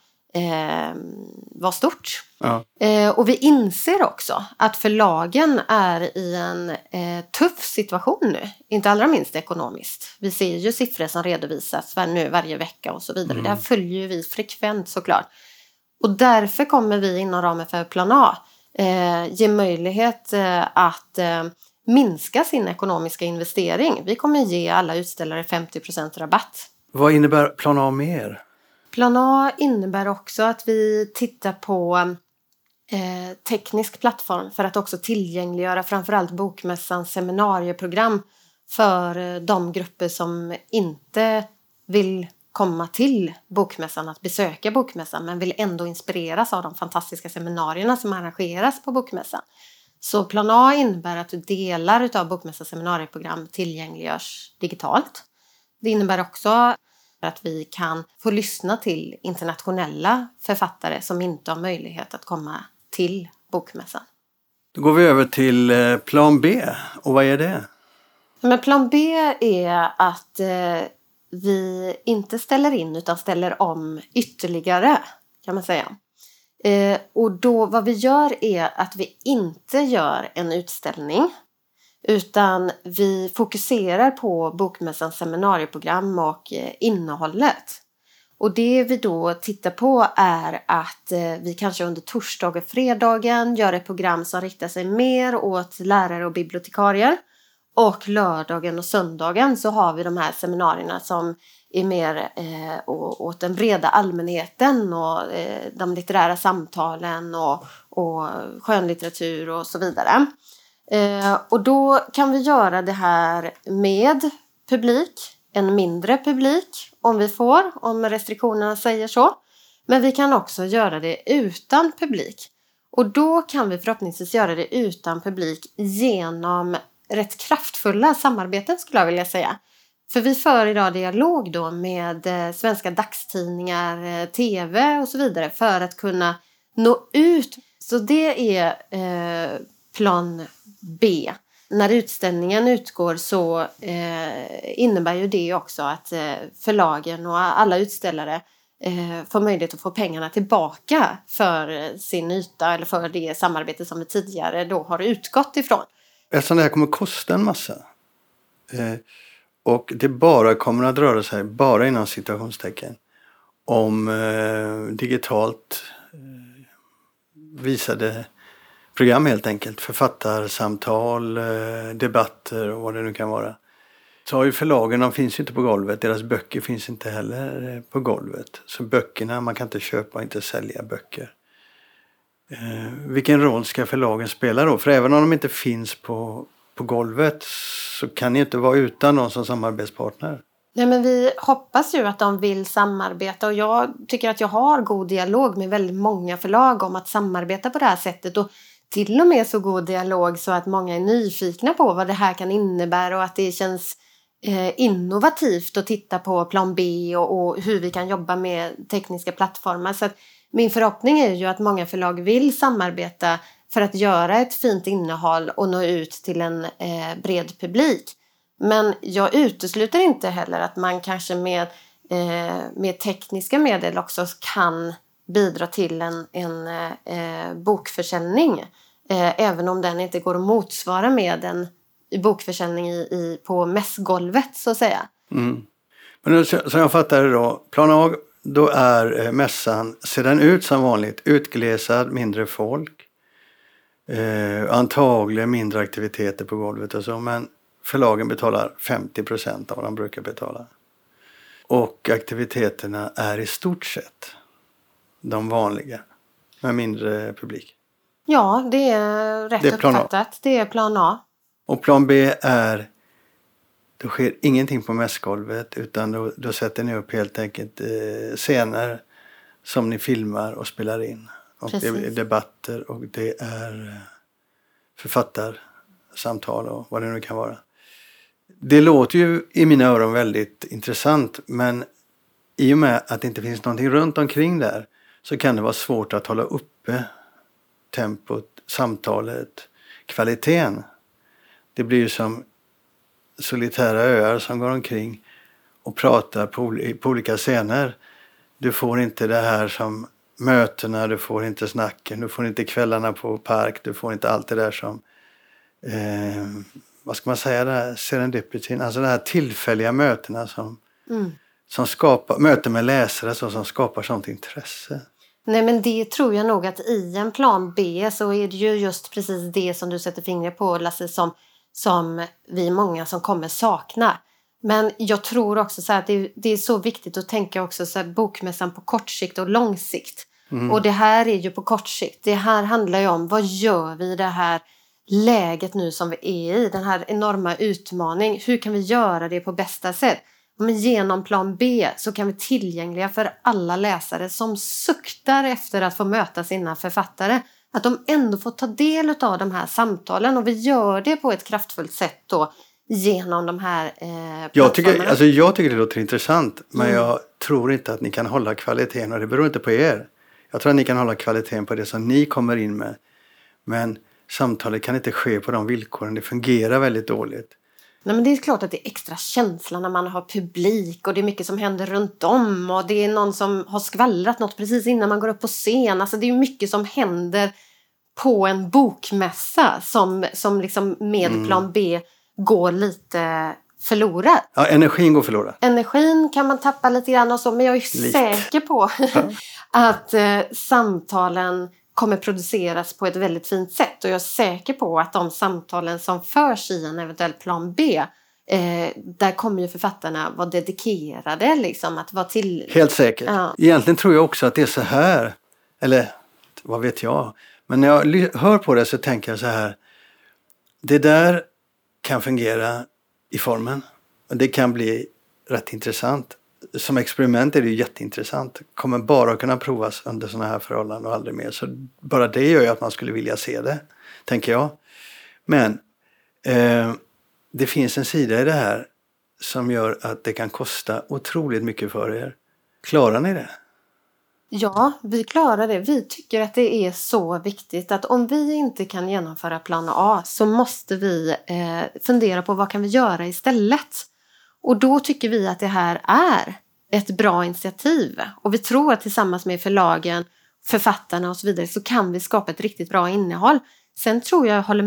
stort. Ja. Och vi inser också att förlagen är i en tuff situation nu, inte allra minst ekonomiskt. Vi ser ju siffror som redovisas nu varje vecka och så vidare. Det här följer vi frekvent såklart. Och därför kommer vi inom ramen för Plan A ge möjlighet att minska sin ekonomiska investering. Vi kommer ge alla utställare 50% rabatt. Vad innebär Plan A mer? Plan A innebär också att vi tittar på teknisk plattform för att också tillgängliggöra framförallt Bokmässans seminarieprogram för de grupper som inte vill komma till Bokmässan, att besöka Bokmässan, men vill ändå inspireras av de fantastiska seminarierna som arrangeras på Bokmässan. Så Plan A innebär att delar av Bokmässans seminarieprogram tillgängliggörs digitalt. Det innebär också att vi kan få lyssna till internationella författare som inte har möjlighet att komma till Bokmässan. Då går vi över till Plan B. Och vad är det? Men Plan B är att vi inte ställer in utan ställer om ytterligare, kan man säga. Och då vad vi gör är att vi inte gör en utställning, utan vi fokuserar på Bokmässans seminarieprogram och innehållet. Och det vi då tittar på är att vi kanske under torsdag och fredagen gör ett program som riktar sig mer åt lärare och bibliotekarier. Och lördagen och söndagen så har vi de här seminarierna som är mer åt den breda allmänheten och de litterära samtalen och skönlitteratur och så vidare. Och då kan vi göra det här med publik, en mindre publik om restriktionerna säger så. Men vi kan också göra det utan publik. Och då kan vi förhoppningsvis göra det utan publik genom rätt kraftfulla samarbeten skulle jag vilja säga. För vi för idag dialog då med svenska dagstidningar, tv och så vidare för att kunna nå ut. Så det är plan B. När utställningen utgår så innebär ju det också att förlagen och alla utställare får möjlighet att få pengarna tillbaka för sin yta eller för det samarbete som vi tidigare då har utgått ifrån. Eftersom det här kommer kosta en massa och det bara kommer att röra sig, bara inom citationstecken, om digitalt visade program helt enkelt, författarsamtal, debatter och vad det nu kan vara. Så har ju förlagen, de finns ju inte på golvet, deras böcker finns inte heller på golvet. Så böckerna, man kan inte köpa och inte sälja böcker. Vilken roll ska förlagen spela då? För även om de inte finns på golvet så kan ni inte vara utan någon som samarbetspartner. Nej, men vi hoppas ju att de vill samarbeta och jag tycker att jag har god dialog med väldigt många förlag om att samarbeta på det här sättet och till och med så god dialog så att många är nyfikna på vad det här kan innebära och att det känns innovativt att titta på plan B och hur vi kan jobba med tekniska plattformar. Så att min förhoppning är ju att många förlag vill samarbeta för att göra ett fint innehåll och nå ut till en bred publik. Men jag utesluter inte heller att man kanske med tekniska medel också kan bidra till en bokförsäljning. Även om den inte går att motsvara med en bokförsäljning på mässgolvet så att säga. Mm. Men nu, som jag fattar det då, plan A, då är mässan, ser den ut som vanligt, utglesad, mindre folk. Antagligen mindre aktiviteter på golvet och så, men förlagen betalar 50% av vad de brukar betala. Och aktiviteterna är i stort sett de vanliga, med mindre publik. Ja, det är rätt uppfattat. Det är plan A. Och plan B är, då sker ingenting på mässgolvet utan då sätter ni upp helt enkelt scener som ni filmar och spelar in. Och det är debatter och det är författarsamtal och vad det nu kan vara. Det låter ju i mina öron väldigt intressant, men i och med att det inte finns någonting runt omkring där så kan det vara svårt att hålla uppe tempot, samtalet, kvaliteten. Det blir ju som solitära öar som går omkring och pratar på olika scener. Du får inte det här som mötena, du får inte snacken, du får inte kvällarna på park, du får inte allt det där som vad ska man säga, det här serendipityn, alltså de här tillfälliga mötena som skapar, möten med läsare som skapar sånt intresse. Nej, men det tror jag nog att i en plan B så är det ju just precis det som du sätter fingret på, Lasse, som vi är många som kommer sakna. Men jag tror också så här att det är så viktigt att tänka också så här, bokmässan på kort sikt och lång sikt. Och det här är ju på kort sikt. Det här handlar ju om vad gör vi i det här läget nu som vi är i. Den här enorma utmaning. Hur kan vi göra det på bästa sätt? Men genom plan B så kan vi tillgängliga för alla läsare som suktar efter att få möta sina författare. Att de ändå får ta del av de här samtalen. Och vi gör det på ett kraftfullt sätt då genom de här jag tycker det låter intressant. Men jag tror inte att ni kan hålla kvaliteten. Och det beror inte på er. Jag tror att ni kan hålla kvaliteten på det som ni kommer in med. Men samtalet kan inte ske på de villkoren. Det fungerar väldigt dåligt. Nej, men det är klart att det är extra känsla när man har publik och det är mycket som händer runt om och det är någon som har skvallrat något precis innan man går upp på scen. Alltså det är mycket som händer på en bokmässa som liksom med plan B går lite förlorad. Ja, energin går förlorad. Energin kan man tappa lite grann och så, men jag är säker på att samtalen kommer produceras på ett väldigt fint sätt. Och jag är säker på att de samtalen som förs i en eventuell plan B, där kommer ju författarna vara dedikerade. Liksom, att vara till... Helt säkert. Ja. Egentligen tror jag också att det är så här. Eller, vad vet jag. Men när jag hör på det så tänker jag så här. Det där kan fungera i formen. Och det kan bli rätt intressant. Som experiment är det ju jätteintressant. Kommer bara att kunna provas under sådana här förhållanden och aldrig mer. Så bara det gör ju att man skulle vilja se det, tänker jag. Men det finns en sida i det här som gör att det kan kosta otroligt mycket för er. Klarar ni det? Ja, vi klarar det. Vi tycker att det är så viktigt att om vi inte kan genomföra plan A så måste vi fundera på vad kan vi göra istället. Och då tycker vi att det här är ett bra initiativ. Och vi tror att tillsammans med förlagen, författarna och så vidare så kan vi skapa ett riktigt bra innehåll. Sen tror jag håller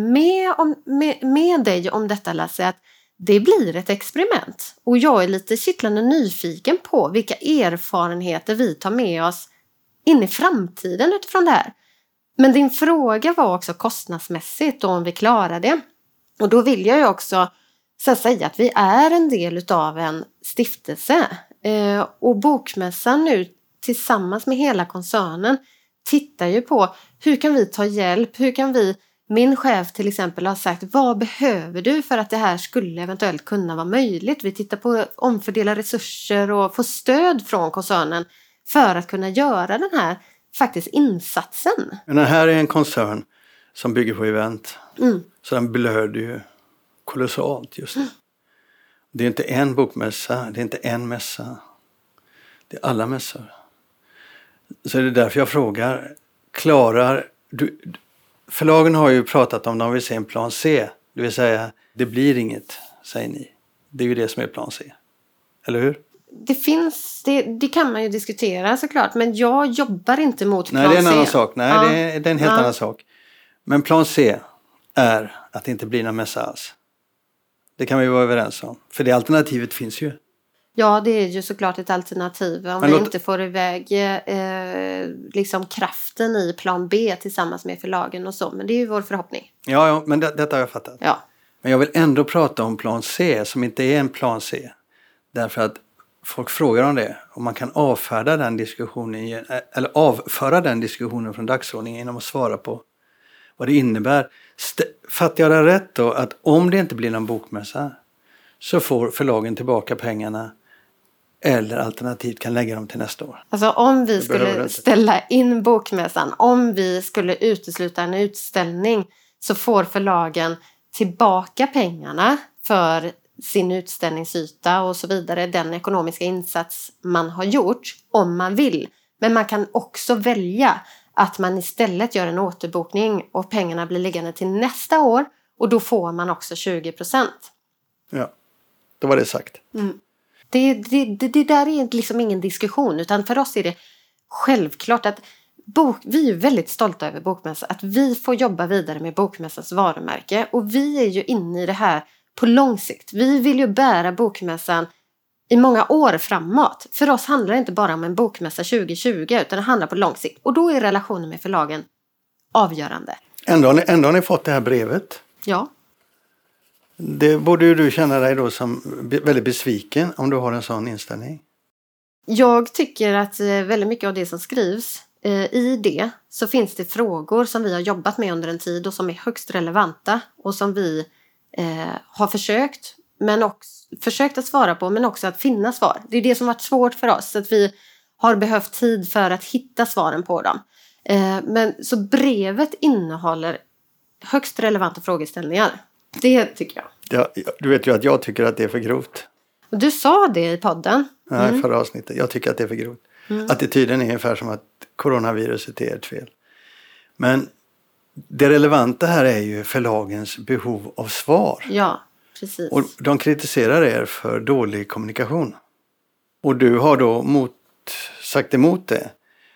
med dig om detta, Lasse, att det blir ett experiment. Och jag är lite kittlande nyfiken på vilka erfarenheter vi tar med oss in i framtiden utifrån det här. Men din fråga var också kostnadsmässigt och om vi klarar det. Och då vill jag ju också så säga att vi är en del av en stiftelse. Och Bokmässan nu tillsammans med hela koncernen tittar ju på hur kan vi ta hjälp, hur kan vi, min chef till exempel har sagt vad behöver du för att det här skulle eventuellt kunna vara möjligt. Vi tittar på att omfördela resurser och få stöd från koncernen för att kunna göra den här faktiskt insatsen. Men det här är en koncern som bygger på event. Så den blöder ju kolossalt just nu. Det är inte en bokmässa, det är inte en mässa. Det är alla mässor. Så det är därför jag frågar, klarar du... Förlagen har ju pratat om de vill se en plan C. Det vill säga, det blir inget, säger ni. Det är ju det som är plan C. Eller hur? Det finns, det kan man ju diskutera såklart. Men jag jobbar inte mot plan C. Nej, det är en annan sak. Nej, det är en helt annan sak. Men plan C är att det inte blir någon mässa alls. Det kan vi vara överens om. För det alternativet finns ju. Ja, det är ju såklart ett alternativ. Om vi inte får iväg liksom kraften i plan B tillsammans med förlagen och så. Men det är ju vår förhoppning. Ja, men detta har jag fattat. Ja. Men jag vill ändå prata om plan C som inte är en plan C. Därför att folk frågar om det. Och man kan avföra den diskussionen från dagordningen genom att svara på vad det innebär. Fattar jag det rätt då att om det inte blir någon bokmässa så får förlagen tillbaka pengarna eller alternativt kan lägga dem till nästa år? Alltså om vi skulle ställa in bokmässan, om vi skulle utesluta en utställning så får förlagen tillbaka pengarna för sin utställningsyta och så vidare, den ekonomiska insats man har gjort om man vill. Men man kan också välja att man istället gör en återbokning och pengarna blir liggande till nästa år och då får man också 20%. Ja, då var det sagt. Det där är liksom ingen diskussion, utan för oss är det självklart att vi är väldigt stolta över Bokmässan, att vi får jobba vidare med Bokmässans varumärke, och vi är ju inne i det här på lång sikt. Vi vill ju bära Bokmässan i många år framåt. För oss handlar det inte bara om en bokmässa 2020, utan det handlar på lång sikt. Och då är relationen med förlagen avgörande. Ändå har ni fått det här brevet. Ja. Det borde ju du känna dig då som väldigt besviken om du har en sån inställning. Jag tycker att väldigt mycket av det som skrivs, i det så finns det frågor som vi har jobbat med under en tid och som är högst relevanta och som vi har försökt att svara på, men också att finna svar. Det är det som har varit svårt för oss, att vi har behövt tid för att hitta svaren på dem. Men så brevet innehåller högst relevanta frågeställningar. Det tycker jag. Ja, du vet ju att jag tycker att det är för grovt. Och du sa det i podden. Nej, förra avsnittet. Jag tycker att det är för grovt. Attityden är ungefär som att coronaviruset är ett fel. Men det relevanta här är ju förlagens behov av svar. Ja, precis. Och de kritiserar er för dålig kommunikation. Och du har då sagt emot det.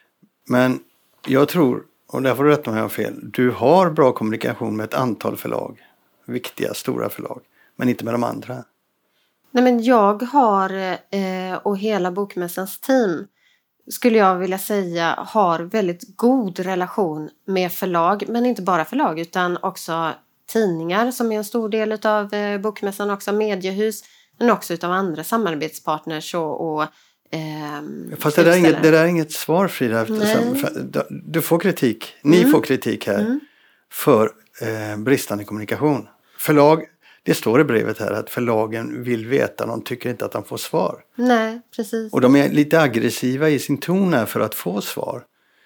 Men jag tror, och där får du rätta om jag har fel, du har bra kommunikation med ett antal förlag. Viktiga, stora förlag. Men inte med de andra. Nej, men jag har, och hela Bokmässans team, skulle jag vilja säga, har väldigt god relation med förlag. Men inte bara förlag, utan också tidningar som är en stor del av Bokmässan, också mediehus, men också utav andra samarbetspartners och fast det där är inget svar, Frida. Du får kritik. Ni får kritik här för bristande kommunikation. Förlag, det står i brevet här att förlagen vill veta, de tycker inte att de får svar. Nej, precis. Och de är lite aggressiva i sin ton här för att få svar.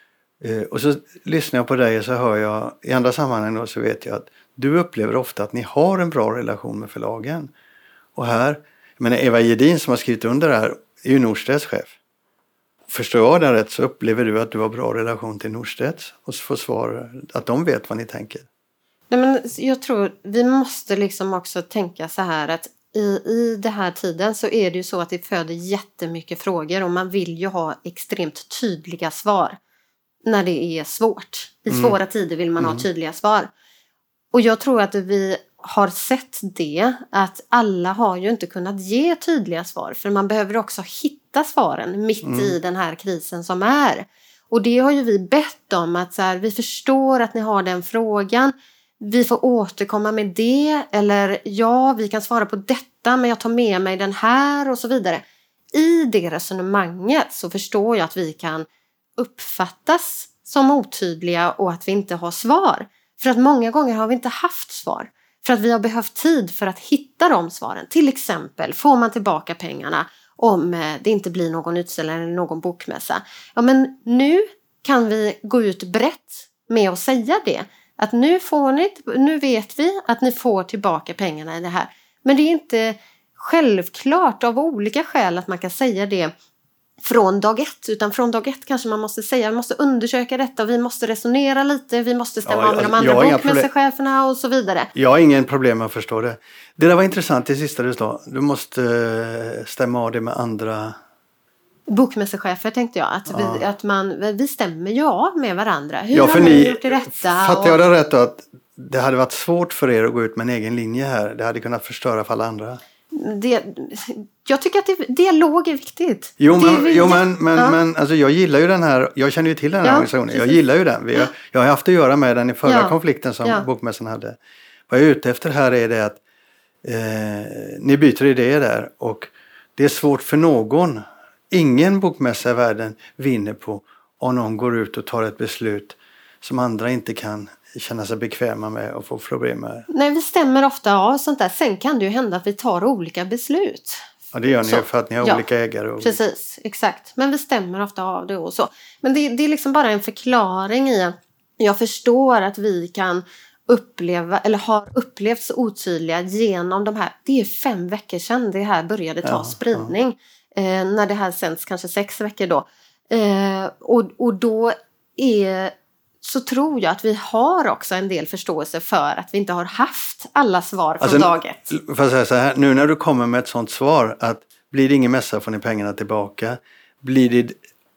Och så lyssnar jag på dig och så hör jag, i andra sammanhang då, så vet jag att du upplever ofta att ni har en bra relation med förlagen. Och här, men Eva Gedin som har skrivit under det här är ju Norstedts chef. Förstår jag det rätt så upplever du att du har bra relation till Norstedts och får svar att de vet vad ni tänker. Nej, men jag tror vi måste liksom också tänka så här att i den här tiden så är det ju så att det föder jättemycket frågor och man vill ju ha extremt tydliga svar när det är svårt. I svåra tider vill man ha tydliga svar. Och jag tror att vi har sett det, att alla har ju inte kunnat ge tydliga svar, för man behöver också hitta svaren mitt i den här krisen som är. Och det har ju vi bett om, att så här, vi förstår att ni har den frågan. Vi får återkomma med det, eller ja, vi kan svara på detta, men jag tar med mig den här och så vidare. I det resonemanget så förstår jag att vi kan uppfattas som otydliga och att vi inte har svar. För att många gånger har vi inte haft svar. För att vi har behövt tid för att hitta de svaren. Till exempel, får man tillbaka pengarna om det inte blir någon utställning eller någon bokmässa? Ja, men nu kan vi gå ut brett med att säga det. Att nu vet vi att ni får tillbaka pengarna i det här. Men det är inte självklart av olika skäl att man kan säga det från dag ett. Utan från dag ett kanske man måste säga, vi måste undersöka detta, vi måste resonera lite, vi måste stämma av med de andra bokmässecheferna och så vidare. Jag har ingen problem med att förstå det. Det där var intressant, det sista du sa. Du måste stämma av det med andra bokmässechefer, tänkte jag. Att vi stämmer ju av med varandra. Hur för har ni gjort detta? Fattar jag det rätt då, att det hade varit svårt för er att gå ut med en egen linje här? Det hade kunnat förstöra för alla andra. Jag tycker att dialog är viktigt. Men alltså, jag gillar ju den här, jag känner ju till den här organisationen. Precis. Jag gillar ju den. Jag har haft att göra med den i förra konflikten som bokmässan hade. Vad jag är ute efter här är det att ni byter idéer där, och det är svårt för någon. Ingen bokmässa i världen vinner på om någon går ut och tar ett beslut som andra inte kan känna sig bekväma med och få problem med. Nej, vi stämmer ofta av sånt där. Sen kan det ju hända att vi tar olika beslut. Ja, det gör ni ju för att ni har olika ägare. Precis, exakt. Men vi stämmer ofta av det och så. Men det är liksom bara en förklaring i att jag förstår att vi kan uppleva, eller har upplevt så otydliga genom de här. Det är 5 veckor sedan det här började ta spridning. När det här sänds kanske 6 veckor då. Och då är så tror jag att vi har också en del förståelse för att vi inte har haft alla svar från dag ett. Får jag säga så här, nu när du kommer med ett sånt svar att blir det ingen mässa får ni pengarna tillbaka. Blir det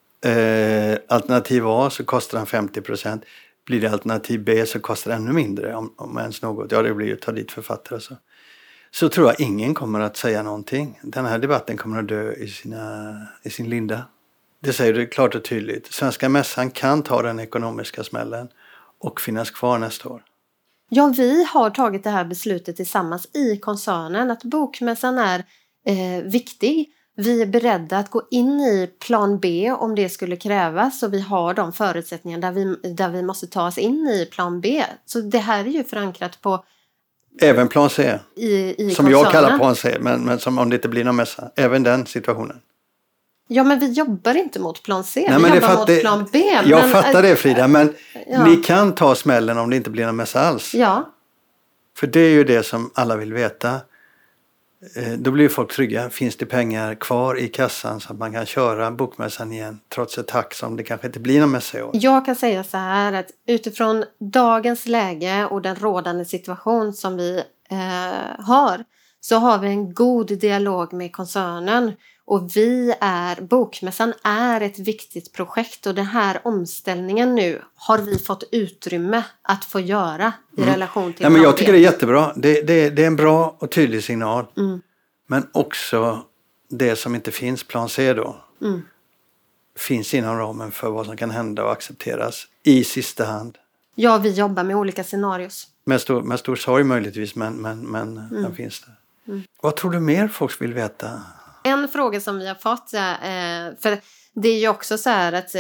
alternativ A så kostar den 50%. Blir det alternativ B så kostar det ännu mindre om ens något. Ja, det blir ju ta dit författare så tror jag ingen kommer att säga någonting. Den här debatten kommer att dö i sin linda. Det säger du klart och tydligt. Svenska mässan kan ta den ekonomiska smällen och finnas kvar nästa år. Ja, vi har tagit det här beslutet tillsammans i koncernen att bokmässan är viktig. Vi är beredda att gå in i plan B om det skulle krävas och vi har de förutsättningar där vi måste ta oss in i plan B. Så det här är ju förankrat på även plan C, i som koncernen. Jag kallar plan C, men som om det inte blir någon mässa. Även den situationen. Ja, men vi jobbar inte mot plan C, Nej, vi jobbar mot plan B. Jag fattar det, Frida, men ni kan ta smällen om det inte blir någon mässa alls. Ja. För det är ju det som alla vill veta. Då blir folk trygga. Finns det pengar kvar i kassan så att man kan köra bokmässan igen trots ett tack som det kanske inte blir någon mässa i år? Jag kan säga så här att utifrån dagens läge och den rådande situation som vi har så har vi en god dialog med koncernen och bokmässan är ett viktigt projekt och den här omställningen nu har vi fått utrymme att få göra i relation till men jag tycker det är jättebra. Det är en bra och tydlig signal. Men också det som inte finns, plan C då, finns inom ramen för vad som kan hända och accepteras i sista hand. Ja, vi jobbar med olika scenarios. Med stor sorg möjligtvis, men den finns där. Vad tror du mer folk vill veta? En fråga som vi har fått, för det är ju också så här att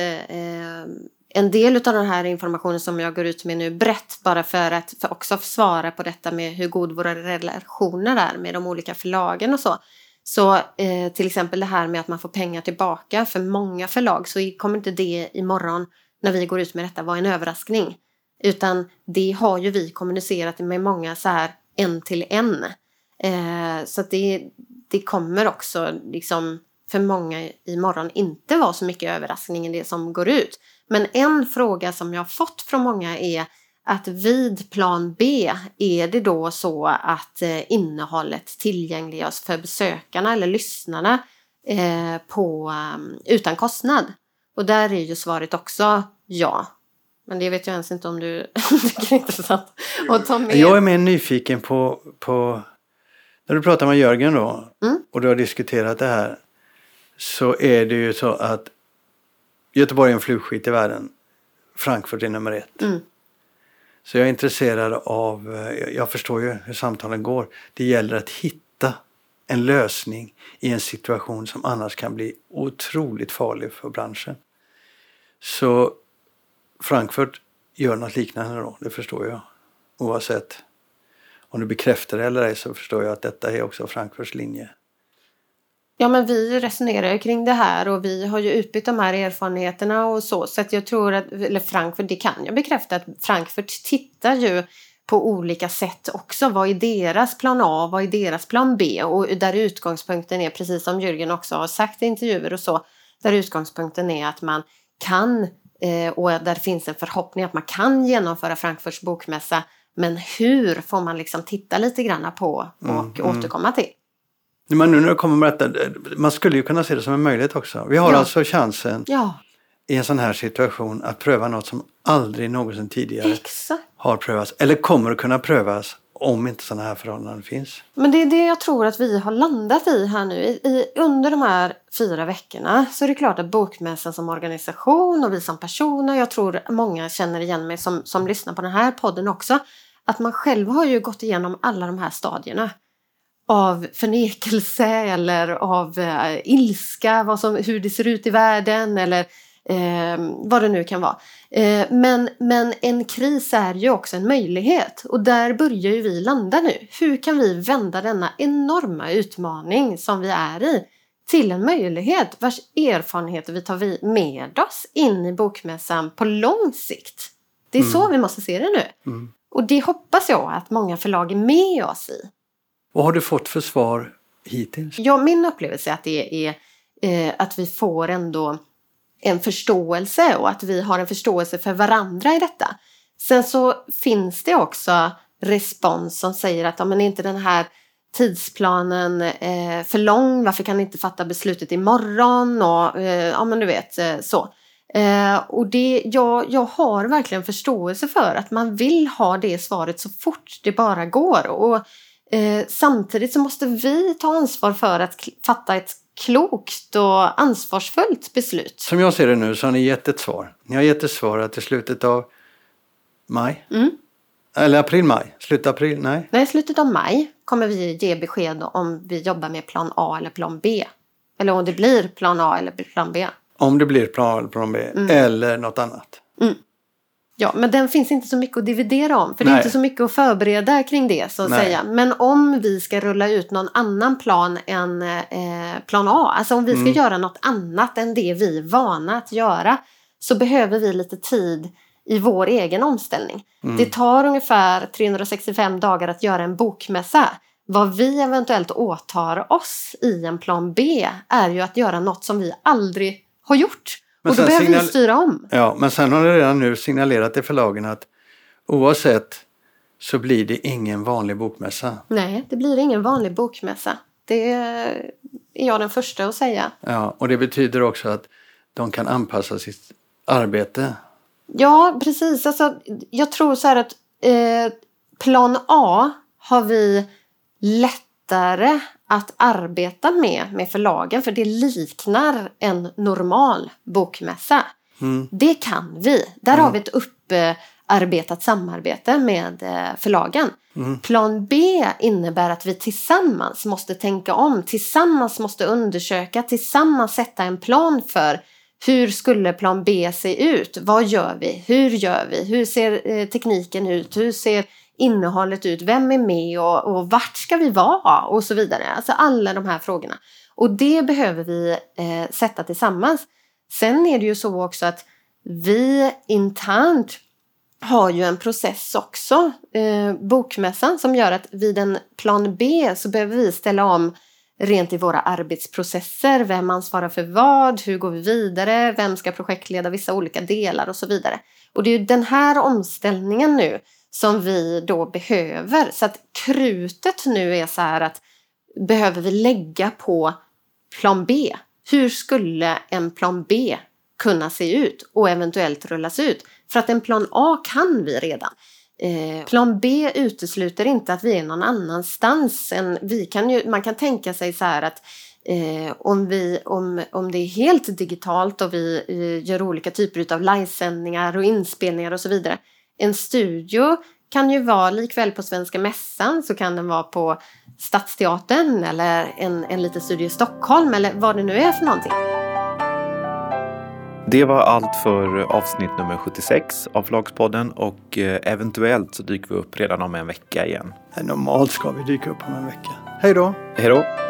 en del av den här informationen som jag går ut med nu brett bara för att också svara på detta med hur god våra relationer är med de olika förlagen och så. Så till exempel det här med att man får pengar tillbaka för många förlag så kommer inte det imorgon när vi går ut med detta vara en överraskning. Utan det har ju vi kommunicerat med många så här en till en. Så att det kommer också liksom för många imorgon inte vara så mycket överraskning än det som går ut. Men en fråga som jag har fått från många är att vid plan B är det då så att innehållet tillgängliggörs för besökarna eller lyssnarna utan kostnad. Och där är ju svaret också ja. Men det vet jag ens inte om du tycker det är intressant att ta med. Jag är mer nyfiken på när du pratar med Jörgen då och du har diskuterat det här så är det ju så att Göteborg är en flugskit i världen. Frankfurt är nummer 1. Så jag är intresserad av, jag förstår ju hur samtalen går. Det gäller att hitta en lösning i en situation som annars kan bli otroligt farlig för branschen. Så Frankfurt gör något liknande då, det förstår jag. Oavsett om du bekräftar det eller ej så förstår jag att detta är också Frankfurts linje. Ja, men vi resonerar ju kring det här och vi har ju utbytt de här erfarenheterna och så. Så att jag tror att, eller Frankfurt, det kan jag bekräfta att Frankfurt tittar ju på olika sätt också. Vad är deras plan A, vad är deras plan B? Och där utgångspunkten är, precis som Jürgen också har sagt i intervjuer och så, där utgångspunkten är att man kan, och där finns en förhoppning att man kan genomföra Frankfurts bokmässa. Men hur får man liksom titta lite grann på och återkomma till? Men nu när du kommer med detta, man skulle ju kunna se det som en möjlighet också. Vi har alltså chansen i en sån här situation att pröva något som aldrig någonsin tidigare har prövats. Eller kommer att kunna prövas om inte sådana här förhållanden finns. Men det är det jag tror att vi har landat i här nu. Under de här 4 veckorna så är det klart att bokmässan som organisation och vi som personer, jag tror många känner igen mig som lyssnar på den här podden också, att man själv har ju gått igenom alla de här stadierna. Av förnekelse eller av ilska, hur det ser ut i världen eller vad det nu kan vara. Men en kris är ju också en möjlighet och där börjar ju vi landa nu. Hur kan vi vända denna enorma utmaning som vi är i till en möjlighet vars erfarenheter vi tar med oss in i bokmässan på lång sikt? Det är så vi måste se det nu. Och det hoppas jag att många förlag är med oss i. Vad har du fått för svar hittills? Ja, min upplevelse är att det är att vi får ändå en förståelse och att vi har en förståelse för varandra i detta. Sen så finns det också respons som säger att men är inte den här tidsplanen för lång, varför kan ni inte fatta beslutet imorgon och men du vet så. Och jag har verkligen förståelse för att man vill ha det svaret så fort det bara går och samtidigt så måste vi ta ansvar för att fatta ett klokt och ansvarsfullt beslut. Som jag ser det nu så har ni gett ett svar. Ni har gett ett svar att i slutet av maj. Eller april-maj. Slutet av april? Nej, slutet av maj kommer vi ge besked om vi jobbar med plan A eller plan B. Eller om det blir plan A eller plan B. Om det blir plan A eller plan B. Eller något annat. Ja, men den finns inte så mycket att dividera om. För det är inte så mycket att förbereda kring det så att säga. Men om vi ska rulla ut någon annan plan än plan A. Alltså om vi ska göra något annat än det vi är vana att göra. Så behöver vi lite tid i vår egen omställning. Det tar ungefär 365 dagar att göra en bokmässa. Vad vi eventuellt åtar oss i en plan B är ju att göra något som vi aldrig har gjort. Men och då behöver vi styra om. Ja, men sen har det redan nu signalerat till förlagen att oavsett så blir det ingen vanlig bokmässa. Nej, det blir ingen vanlig bokmässa. Det är jag den första att säga. Ja, och det betyder också att de kan anpassa sitt arbete. Ja, precis. Alltså, jag tror så här att plan A har vi lättare att arbeta med förlagen. För det liknar en normal bokmässa. Det kan vi. Där har vi ett upparbetat samarbete med förlagen. Plan B innebär att vi tillsammans måste tänka om. Tillsammans måste undersöka. Tillsammans sätta en plan för hur skulle plan B se ut? Vad gör vi? Hur gör vi? Hur ser tekniken ut? Hur ser innehållet ut? Vem är med? Och vart ska vi vara? Och så vidare. Alltså alla de här frågorna. Och det behöver vi sätta tillsammans. Sen är det ju så också att vi internt har ju en process också. Bokmässan som gör att vid en plan B så behöver vi ställa om rent i våra arbetsprocesser. Vem ansvarar för vad? Hur går vi vidare? Vem ska projektleda vissa olika delar och så vidare. Och det är ju den här omställningen nu som vi då behöver. Så att krutet nu är så här att behöver vi lägga på plan B? Hur skulle en plan B kunna se ut och eventuellt rullas ut? För att en plan A kan vi redan. Plan B utesluter inte att vi är någon annanstans. Man kan tänka sig så här att om det är helt digitalt och vi gör olika typer av livesändningar och inspelningar och så vidare. En studio kan ju vara likväl på Svenska Mässan, så kan den vara på Stadsteatern eller en liten studio i Stockholm eller vad det nu är för någonting. Det var allt för avsnitt nummer 76 av Förlagspodden och eventuellt så dyker vi upp redan om en vecka igen. Normalt ska vi dyka upp om en vecka. Hej då! Hej då!